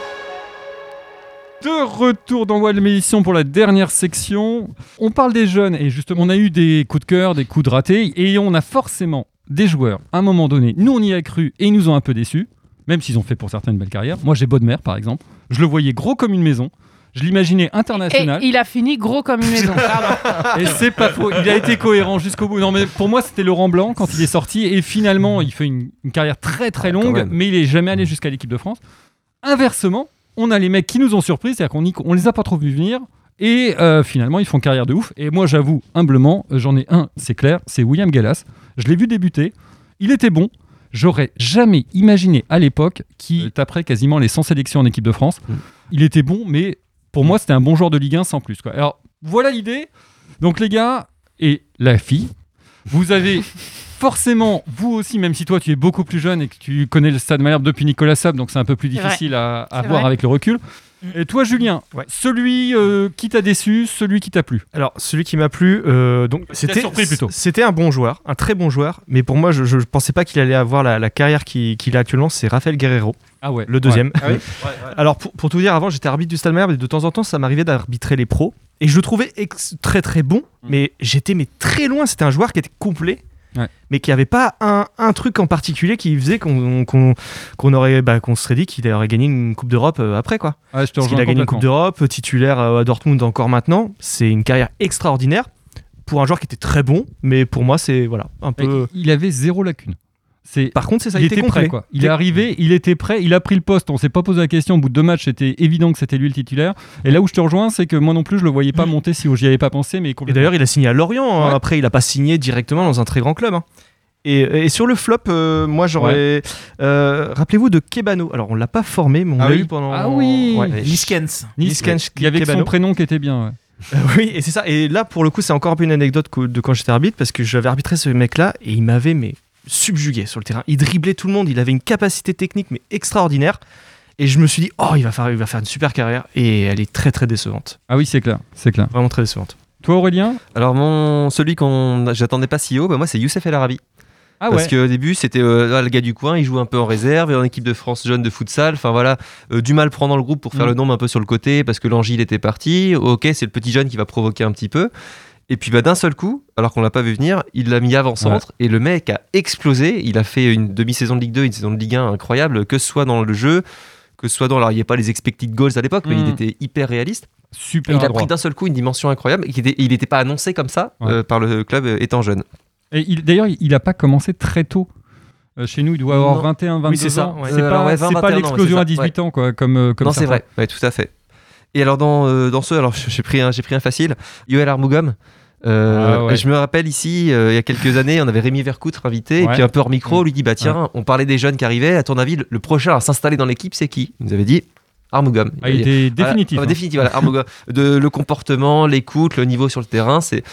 De retour dans Wild Mission pour la dernière section. On parle des jeunes et justement on a eu des coups de cœur, des coups de raté et on a forcément des joueurs. À un moment donné, nous on y a cru et ils nous ont un peu déçus, même s'ils ont fait pour certains une belle carrière. Moi j'ai Bodmer par exemple, je le voyais gros comme une maison. Je l'imaginais international. Et il a fini gros comme une maison. Et c'est pas faux. Il a été cohérent jusqu'au bout. Non, mais pour moi, c'était Laurent Blanc quand il est sorti. Et finalement, il fait une, une carrière très très longue, mais il est jamais allé jusqu'à l'équipe de France. Inversement, on a les mecs qui nous ont surpris, c'est-à-dire qu'on y, on les a pas trop vus venir. Et euh, finalement, ils font carrière de ouf. Et moi, j'avoue, humblement, j'en ai un, c'est clair, c'est William Gallas. Je l'ai vu débuter. Il était bon. J'aurais jamais imaginé à l'époque qu'il taperait quasiment les cent sélections en équipe de France. Mm. Il était bon, mais pour moi, c'était un bon joueur de Ligue un sans plus, quoi. Alors, voilà l'idée. Donc, les gars et la fille, vous avez forcément, vous aussi, même si toi, tu es beaucoup plus jeune et que tu connais le Stade Malherbe depuis Nicolas Sub, donc c'est un peu plus difficile à, à voir vrai. Avec le recul. Et toi, Julien, ouais. celui euh, qui t'a déçu, celui qui t'a plu. Alors, celui qui m'a plu, euh, donc c'était, surpris plutôt. C'était un bon joueur, un très bon joueur, mais pour moi, je ne pensais pas qu'il allait avoir la, la carrière qu'il, qu'il a actuellement. C'est Rafael Guerreiro, ah ouais. le deuxième. Ouais. Ah oui ouais, ouais. Alors, pour, pour tout dire, avant, j'étais arbitre du Stade Malherbe et de temps en temps, ça m'arrivait d'arbitrer les pros. Et je le trouvais ex- très très bon, mmh. mais j'étais mais très loin. C'était un joueur qui était complet. Ouais. Mais qui n'avait pas un, un truc en particulier qui faisait qu'on, qu'on, qu'on, aurait, bah, qu'on se serait dit qu'il aurait gagné une Coupe d'Europe euh, après, quoi. Ouais, je te Parce qu'il a gagné une Coupe d'Europe, titulaire euh, à Dortmund encore maintenant. C'est une carrière extraordinaire pour un joueur qui était très bon, mais pour moi, c'est voilà, un peu... Il avait zéro lacune. C'est... Par contre, c'est ça, il, il était, était prêt, quoi. Il est arrivé, il était prêt, il a pris le poste. On s'est pas posé la question. Au bout de deux matchs, c'était évident que c'était lui le titulaire. Et là où je te rejoins, c'est que moi non plus, je le voyais pas monter si j'y avais pas pensé. Mais et d'ailleurs, il a signé à Lorient. Hein. Ouais. Après, il a pas signé directement dans un très grand club. Hein. Et, et sur le flop, euh, moi j'aurais. Ouais. Euh, rappelez-vous de Kebano. Alors on l'a pas formé, mais on ah l'a oui. eu pendant. Ah oui. Ouais. Niskens. Niskens. Il y avait son prénom qui était bien. Ouais. Euh, oui, et c'est ça. Et là, pour le coup, c'est encore un peu une anecdote de quand j'étais arbitre, parce que j'avais arbitré ce mec-là et il m'avait mais subjugué sur le terrain. Il driblait tout le monde. Il avait une capacité technique mais extraordinaire. Et je me suis dit, oh, il va faire, il va faire une super carrière. Et elle est très très décevante. Ah oui, c'est clair, c'est clair. Vraiment très décevante. Toi, Aurélien ? Alors mon, celui qu'on j'attendais pas si haut, bah moi c'est Youssef El Arabi. Ah Parce ouais. qu'au début, c'était euh, le gars du coin, il jouait un peu en réserve et en équipe de France jeune de futsal. Enfin voilà, euh, du mal prendre dans le groupe pour faire mmh. le nombre un peu sur le côté parce que l'Angile était parti. Ok, c'est le petit jeune qui va provoquer un petit peu. Et puis bah, d'un seul coup, alors qu'on l'a pas vu venir, il l'a mis avant-centre ouais. et le mec a explosé. Il a fait une demi-saison de Ligue deux, une saison de Ligue un incroyable, que ce soit dans le jeu, que ce soit dans... Alors il n'y a pas les expected goals à l'époque, mmh. mais il était hyper réaliste. Super. Et il a pris d'un seul coup une dimension incroyable et il n'était pas annoncé comme ça ouais. euh, par le club euh, étant jeune. Et il, d'ailleurs, il n'a pas commencé très tôt. Euh, chez nous, il doit avoir non. vingt et un, vingt-deux oui, c'est ans. Ça, ouais. C'est euh, pas, ouais, vingt, c'est pas l'explosion ans, ouais, à dix-huit ouais. ans, quoi, comme, euh, comme non, ça. c'est vrai, ouais, tout à fait. Et alors, dans, euh, dans ceux, alors j'ai pris un, j'ai pris un facile, Yoel Armougom. Euh, ah ouais. Je me rappelle ici, euh, il y a quelques années, on avait Rémi Vercoutre invité, ouais. et puis un peu hors micro, lui dit bah tiens, ouais. on parlait des jeunes qui arrivaient, à ton avis, le, le prochain à s'installer dans l'équipe, c'est qui ? Il nous avait dit Armougom. Ah, il était définitif. Voilà, hein. définitif, voilà, Armougom. De, le comportement, l'écoute, le niveau sur le terrain, c'est.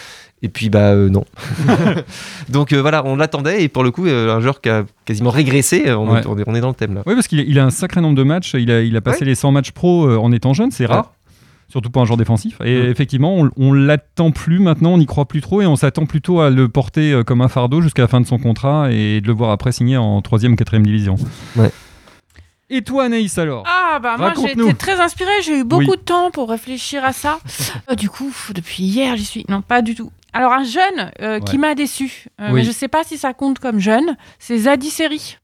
Et puis bah euh, non. Donc euh, voilà, on l'attendait et pour le coup, euh, un joueur qui a quasiment régressé, on, Ouais. est, on, est, on est dans le thème là. Oui, parce qu'il a, il a un sacré nombre de matchs. Il a, il a passé Ouais. les cent matchs pro euh, en étant jeune, c'est rare. Ouais. Surtout pour un joueur défensif. Et Ouais. effectivement, on, on l'attend plus maintenant, on n'y croit plus trop et on s'attend plutôt à le porter euh, comme un fardeau jusqu'à la fin de son contrat et de le voir après signer en troisième ou quatrième division. Ouais. Et toi, Anaïs, alors Ah bah moi j'ai Raconte-nous. été très inspirée, j'ai eu beaucoup Oui. de temps pour réfléchir à ça. Euh, du coup, depuis hier j'y suis. Non, pas du tout. Alors un jeune euh, qui Ouais. m'a déçu, euh, Oui. mais je sais pas si ça compte comme jeune, c'est Zadie Seri.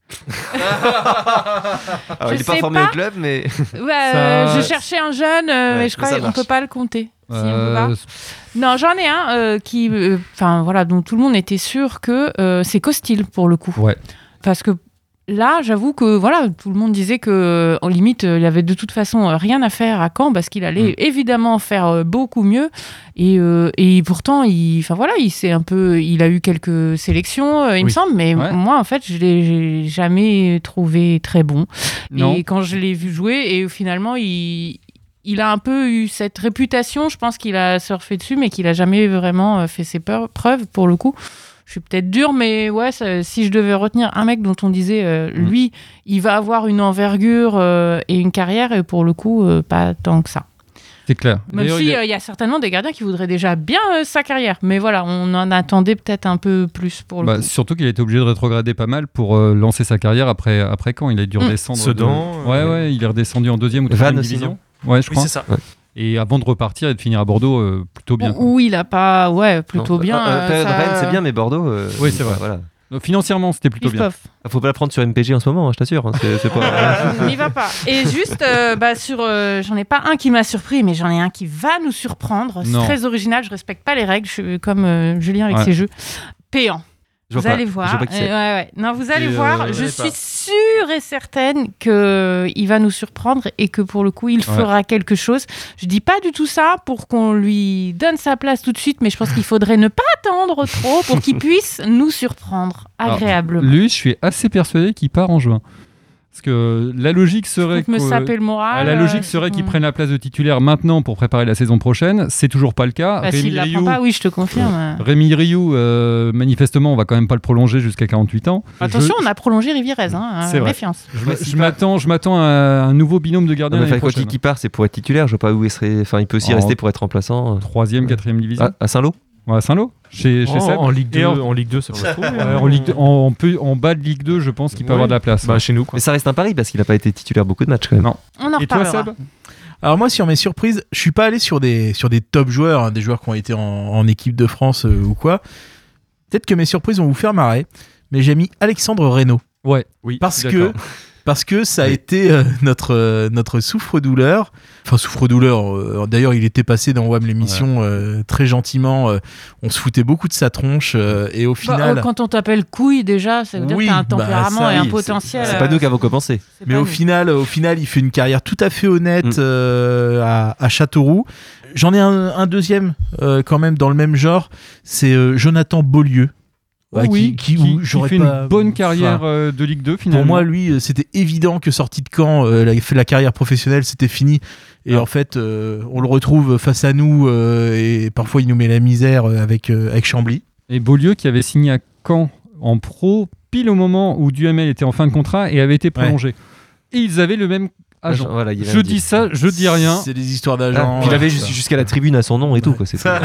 Alors, Je il est pas sais formé pas. au club, mais Ouais, Ça- euh, je cherchais un jeune, euh, Ouais, mais je mais crois ça qu'on marche. peut pas le compter. Si, on peut Euh, pas. Non, j'en ai un euh, qui, enfin voilà, dont tout le monde était sûr que euh, c'est Costil pour le coup. Ouais. Parce que là, j'avoue que voilà, tout le monde disait que en limite, euh, il avait de toute façon euh, rien à faire à Caen parce qu'il allait Mm. évidemment faire euh, beaucoup mieux. Et, euh, et pourtant, il, enfin voilà, il s'est un peu, il a eu quelques sélections, euh, il me Oui. semble, mais Ouais. moi en fait, je l'ai j'ai jamais trouvé très bon. Non. Et quand je l'ai vu jouer, et finalement, il il a un peu eu cette réputation, je pense qu'il a surfé dessus, mais qu'il a jamais vraiment euh, fait ses peur- preuves pour le coup. Je suis peut-être dure, mais ouais, ça- si je devais retenir un mec dont on disait, euh, Mm. lui, il va avoir une envergure euh, et une carrière, et pour le coup, euh, pas tant que ça. C'est clair. Même D'ailleurs, si il il y a- y, a certainement des gardiens qui voudraient déjà bien euh, sa carrière. Mais voilà, on en attendait peut-être un peu plus pour le bah, coup. surtout qu'il a été obligé de rétrograder pas mal pour euh, lancer sa carrière après, après quand il a dû Mm. redescendre. Sedan, de- Ouais, euh, ouais, il est redescendu en deuxième ou Vannes troisième aussi, division. Ouais, je Oui, crois. c'est ça. Et avant de repartir et de finir à Bordeaux, euh, plutôt bien. quoi. Où il a pas, ouais, plutôt Non. bien. Ah, euh, euh, période ça- Rennes, c'est bien, mais Bordeaux. euh, Oui, c'est vrai. Voilà. Donc, financièrement, c'était plutôt Pif bien. pof. Faut pas la prendre sur M P G en ce moment, hein, je t'assure. hein, C'est, c'est pas. On n'y va pas. Et juste, euh, bah, sur, euh, j'en ai pas un qui m'a surpris, mais j'en ai un qui va nous surprendre. C'est Non. très original, je respecte pas les règles, je suis comme euh, Julien avec Ouais. ses jeux. Péant. Je Vous vois pas. allez Je voir. vois pas qui c'est. Euh, ouais, ouais. Non, vous allez Et, euh, voir. je Je connais suis pas. sûre et certaine qu'il va nous surprendre et que pour le coup, il fera quelque chose. Je dis pas du tout ça pour qu'on lui donne sa place tout de suite, mais je pense qu'il faudrait ne pas attendre trop pour qu'il puisse nous surprendre Alors, agréablement. Lui, je suis assez persuadé qu'il part en juin. Parce que la logique serait Faut me que- saper le moral. Ah, la logique euh, serait qu'il hmm. prenne la place de titulaire maintenant pour préparer la saison prochaine. C'est toujours pas le cas. Bah, s'il la prend pas, oui, je te confirme. Rémi Rioux, euh, manifestement, on va quand même pas le prolonger jusqu'à quarante-huit ans. Attention, Je- on a prolongé Rivierez, hein, C'est euh, vrai. méfiance. Je, Ouais, je si m'attends, je m'attends à un nouveau binôme de gardiens Non, mais l'année enfin, quand prochaine. il qui part, c'est pour être titulaire. Je vois pas où il serait. Enfin, il peut aussi En rester pour être remplaçant. euh. Troisième, quatrième division. Ah, à Saint-Lô. Ouais, à Saint-Lô, chez, chez Oh, Seb. en Ligue Et deux, en- en Ligue deux, ça va se trouver. Ouais, hein. en, Ligue deux- en, en peu- en bas de Ligue deux, je pense qu'il peut Ouais. avoir de la place. Bah, chez nous, quoi. Mais ça reste un pari parce qu'il a pas été titulaire beaucoup de matchs quand même. Non. On en Et toi, reparlera. Seb Alors moi, sur mes surprises, je suis pas allé sur des, sur des top joueurs, hein, des joueurs qui ont été en, en équipe de France euh, ou quoi. Peut-être que mes surprises vont vous faire marrer, mais j'ai mis Alexandre Reynaud. Ouais, oui. Parce je suis que, d'accord. parce que ça a Oui. été euh, notre, euh, notre souffre-douleur. Enfin, souffre-douleur. euh, D'ailleurs, il était passé dans W A M l'émission euh, très gentiment. euh, on se foutait beaucoup de sa tronche. euh, et au Bah, final. euh, quand on t'appelle couille, déjà, ça veut dire Oui, que t'as un bah, tempérament ça, et un oui, potentiel. C'est euh, pas nous qui avons compensé. c'est Mais pas au nous. final, au final, il fait une carrière tout à fait honnête Mm. euh, à, à Châteauroux. J'en ai un, un deuxième euh, quand même dans le même genre. C'est euh, Jonathan Beaulieu. Oh Ouais, oui, qui, qui- qui, où qui j'aurais fait pas- une bonne carrière enfin, euh, de Ligue deux finalement. pour moi, lui, euh, c'était évident que sorti de Caen, euh, la, la carrière professionnelle, c'était fini. Et Ah. en fait, euh, on le retrouve face à nous euh, et parfois il nous met la misère euh, avec, euh, avec Chambly. Et Beaulieu qui avait signé à Caen en pro pile au moment où Duhamel était en fin de contrat et avait été prolongé. Et ils avaient le même agent. Voilà, il y avait Je un dis deal. ça, je dis rien. C'est des histoires Ah, d'agents. puis il euh, avait ça. jus- jusqu'à la tribune à son nom et tout. Quoi, c'est Ça-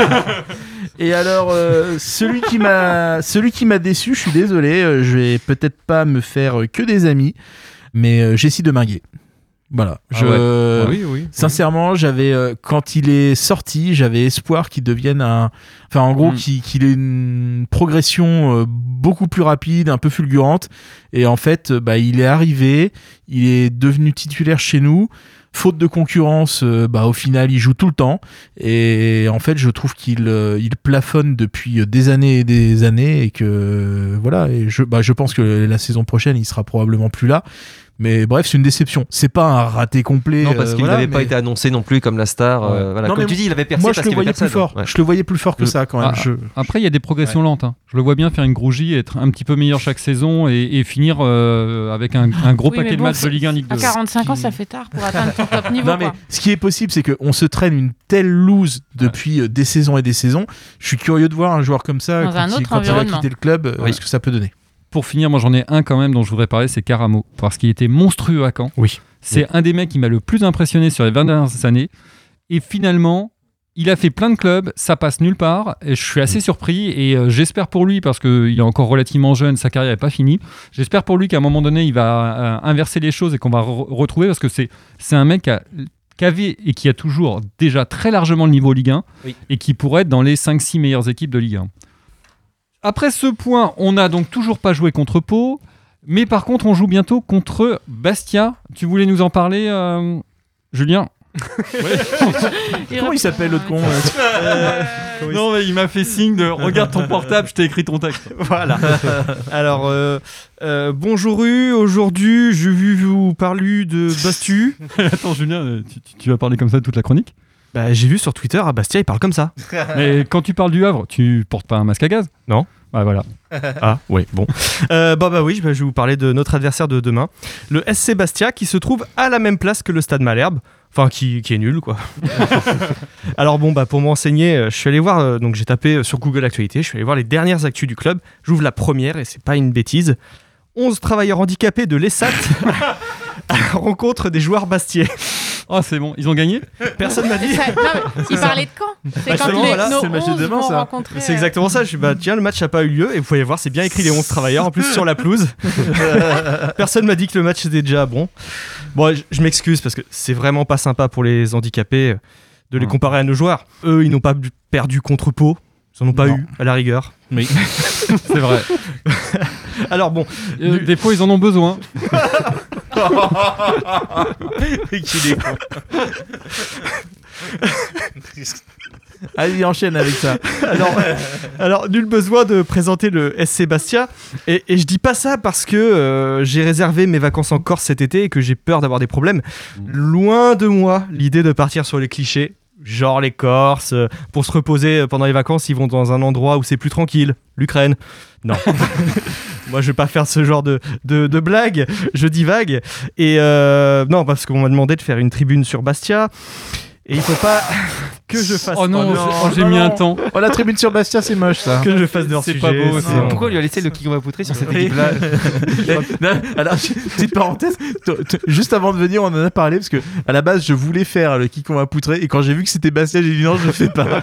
Et alors, euh, celui qui m'a, celui qui m'a déçu, je suis désolé, euh, je vais peut-être pas me faire euh, que des amis, mais euh, Jessie Deminguet. Voilà. Ah Je, ouais. Ah oui, oui. Sincèrement, j'avais euh, quand il est sorti, j'avais espoir qu'il devienne un, enfin en gros Mm. qu'il, qu'il ait une progression euh, beaucoup plus rapide, un peu fulgurante. Et en fait, euh, bah il est arrivé, il est devenu titulaire chez nous. Faute de concurrence, euh, bah au final il joue tout le temps. Et en fait, je trouve qu'il euh, il plafonne depuis des années et des années et que euh, voilà. Et je, bah je pense que la saison prochaine il sera probablement plus là. Mais bref, c'est une déception. C'est pas un raté complet. Non, parce euh, qu'il voilà, n'avait mais... pas été annoncé non plus comme la star. Ouais. euh, voilà. Non, Comme mais tu dis, il avait percé moi, parce je le qu'il y avait voyais plus personne. fort. Ouais. Je le voyais plus fort que Je- ça quand même. Ah, Je- Après, il y a des progressions lentes. hein. Je le vois bien faire une grougie, être un petit peu meilleur chaque saison et, et finir euh, avec un, un gros Oui, mais paquet de bon, matchs de Ligue un, Ligue deux. À quarante-cinq ans, ça fait tard pour atteindre ton top niveau. Non mais quoi. ce qui est possible, c'est qu'on se traîne une telle loose depuis euh, des saisons et des saisons. Je suis curieux de voir un joueur comme ça Dans quand, un il, autre quand il va environnement. quitter le club, euh, Oui. ce que ça peut donner. Pour finir, moi j'en ai un quand même dont je voudrais parler, c'est Caramo. Parce qu'il était monstrueux à Caen. Oui. C'est Oui. un des mecs qui m'a le plus impressionné sur les vingt dernières années. Et finalement, il a fait plein de clubs, ça passe nulle part. Et je suis assez surpris et euh, j'espère pour lui, parce qu'il est encore relativement jeune, sa carrière n'est pas finie. J'espère pour lui qu'à un moment donné, il va euh, inverser les choses et qu'on va re- retrouver, parce que c'est, c'est un mec qui a, qui avait et qui a toujours déjà très largement le niveau Ligue un Oui. et qui pourrait être dans les cinq six meilleures équipes de Ligue un. Après ce point, on n'a donc toujours pas joué contre Pau, mais par contre, on joue bientôt contre Bastia. Tu voulais nous en parler, euh, Julien? Comment il s'appelle l'autre con euh Non, mais il m'a fait signe de regarde ton portable, je t'ai écrit ton texte. Voilà. Alors, euh, euh, bonjour U, aujourd'hui, je vais vous parler de Bastu. Attends, Julien, euh, tu, tu- tu vas parler comme ça toute la chronique? Bah, j'ai vu sur Twitter, à Bastia, il parle comme ça. Mais quand tu parles du Havre, tu portes pas un masque à gaz? Non. Ouais, voilà. Ah, oui, bon. Euh, bah, bah oui, bah, je vais vous parler de notre adversaire de demain, le S C Bastia, qui se trouve à la même place que le Stade Malherbe. Enfin, qui, qui est nul, quoi. Alors bon, bah, pour m'enseigner, euh, je suis allé voir, euh, donc j'ai tapé euh, sur Google Actualité, je suis allé voir les dernières actus du club. J'ouvre la première, et c'est pas une bêtise. onze travailleurs handicapés de l'E S A T à la rencontre des joueurs bastiais. Oh, c'est bon, ils ont gagné? Personne m'a dit. Ça- non, mais il parlait de quand? C'est Bah, quand justement, les, voilà, nos c'est le match de onze demain, vont ça. rencontrer, C'est euh, exactement ça. Je suis bah tiens, le match n'a pas eu lieu et vous pouvez voir, c'est bien écrit les onze travailleurs en plus sur la pelouse. Personne m'a dit que le match était déjà bon. Bon, je, je m'excuse parce que c'est vraiment pas sympa pour les handicapés euh, de les Ouais. comparer à nos joueurs. Eux, ils n'ont pas bu- perdu contre Pau. Ils en ont pas Non. eu à la rigueur. Oui. C'est vrai. Alors bon, Euh, des fois, ils en ont besoin. Qu'il est con. Allez, enchaîne avec ça. alors, alors, nul besoin de présenter le S C Bastia. Et, et je dis pas ça parce que euh, j'ai réservé mes vacances en Corse cet été et que j'ai peur d'avoir des problèmes. Loin de moi l'idée de partir sur les clichés. Genre les Corses, euh, pour se reposer pendant les vacances, ils vont dans un endroit où c'est plus tranquille. L'Ukraine. Non. Moi, je vais pas faire ce genre de, de, de blague. Je divague. Et euh, non, parce qu'on m'a demandé de faire une tribune sur Bastia. Et il faut pas que je fasse... Oh non, oh j'ai- oh, j'ai mis un temps. Oh, la tribune sur Bastia, c'est moche ça. que je fasse de C'est hors-sujet. pas beau, c'est- c'est- Pourquoi on lui a laissé le kick va poutrer sur cette Oui. équipe-là? Non, alors, petite parenthèse, t- t- juste avant de venir, on en a parlé parce que à la base, je voulais faire le kick on va poutrer et quand j'ai vu que c'était Bastia, j'ai dit non, je le fais pas.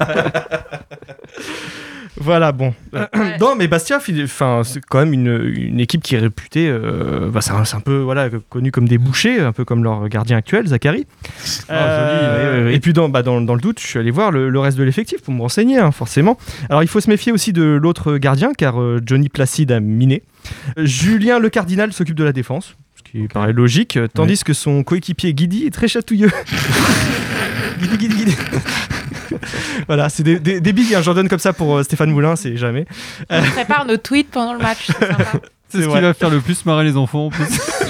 Voilà, bon. Ouais. Non, mais Bastia, fi- enfin, c'est quand même une, une équipe qui est réputée. euh, bah, c'est, un, c'est un peu voilà, connu comme des bouchers, un peu comme leur gardien actuel, Zachary. Euh, joli, oui, oui, oui. Et puis, dans, bah, dans, dans le doute, je suis allé voir le, le reste de l'effectif pour me renseigner, hein, forcément. Alors, il faut se méfier aussi de l'autre gardien, car euh, Johnny Placide a miné. Euh, Julien Le Cardinal s'occupe de la défense, ce qui paraît logique, euh, tandis que son coéquipier Guidi est très chatouilleux. Guidi, Guidi, Guidi. Voilà, c'est des, des, des bigs, hein, j'en donne comme ça pour euh, Stéphane Moulin, c'est jamais. On prépare nos tweets pendant le match. C'est sympa. C'est ce vrai. qui va faire le plus marrer les enfants en plus.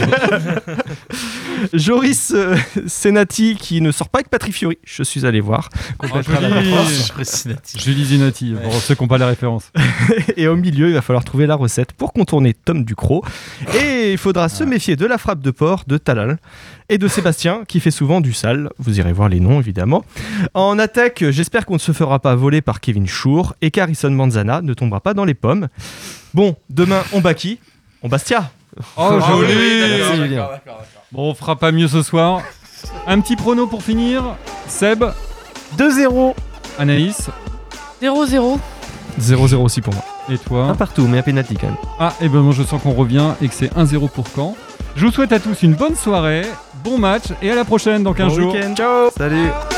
Joris euh, Senati qui ne sort pas avec Patrick Fiori, je suis allé voir. Complètement à la défense. Julie Zinati, pour ceux qui n'ont pas la référence. Et au milieu, il va falloir trouver la recette pour contourner Tom Ducrot. Et il faudra se méfier de la frappe de porc de Talal et de Sébastien qui fait souvent du sale. Vous irez voir les noms évidemment. En attaque, j'espère qu'on ne se fera pas voler par Kevin Schur et qu'Harrison Manzana ne tombera pas dans les pommes. Bon, demain on bat qui? On Bastia. Oh, Ah joli. Merci, Julien. Bon, on fera pas mieux ce soir. Un petit prono pour finir. Seb, deux zéro. Anaïs zéro zéro. zéro zéro aussi pour moi. et toi. Un partout, mais un pénalty quand même. Ah, et ben moi je sens qu'on revient et que c'est un zéro pour Caen. Je vous souhaite à tous une bonne soirée, bon match et à la prochaine dans quinze Bon jours. week-end. Ciao. Salut.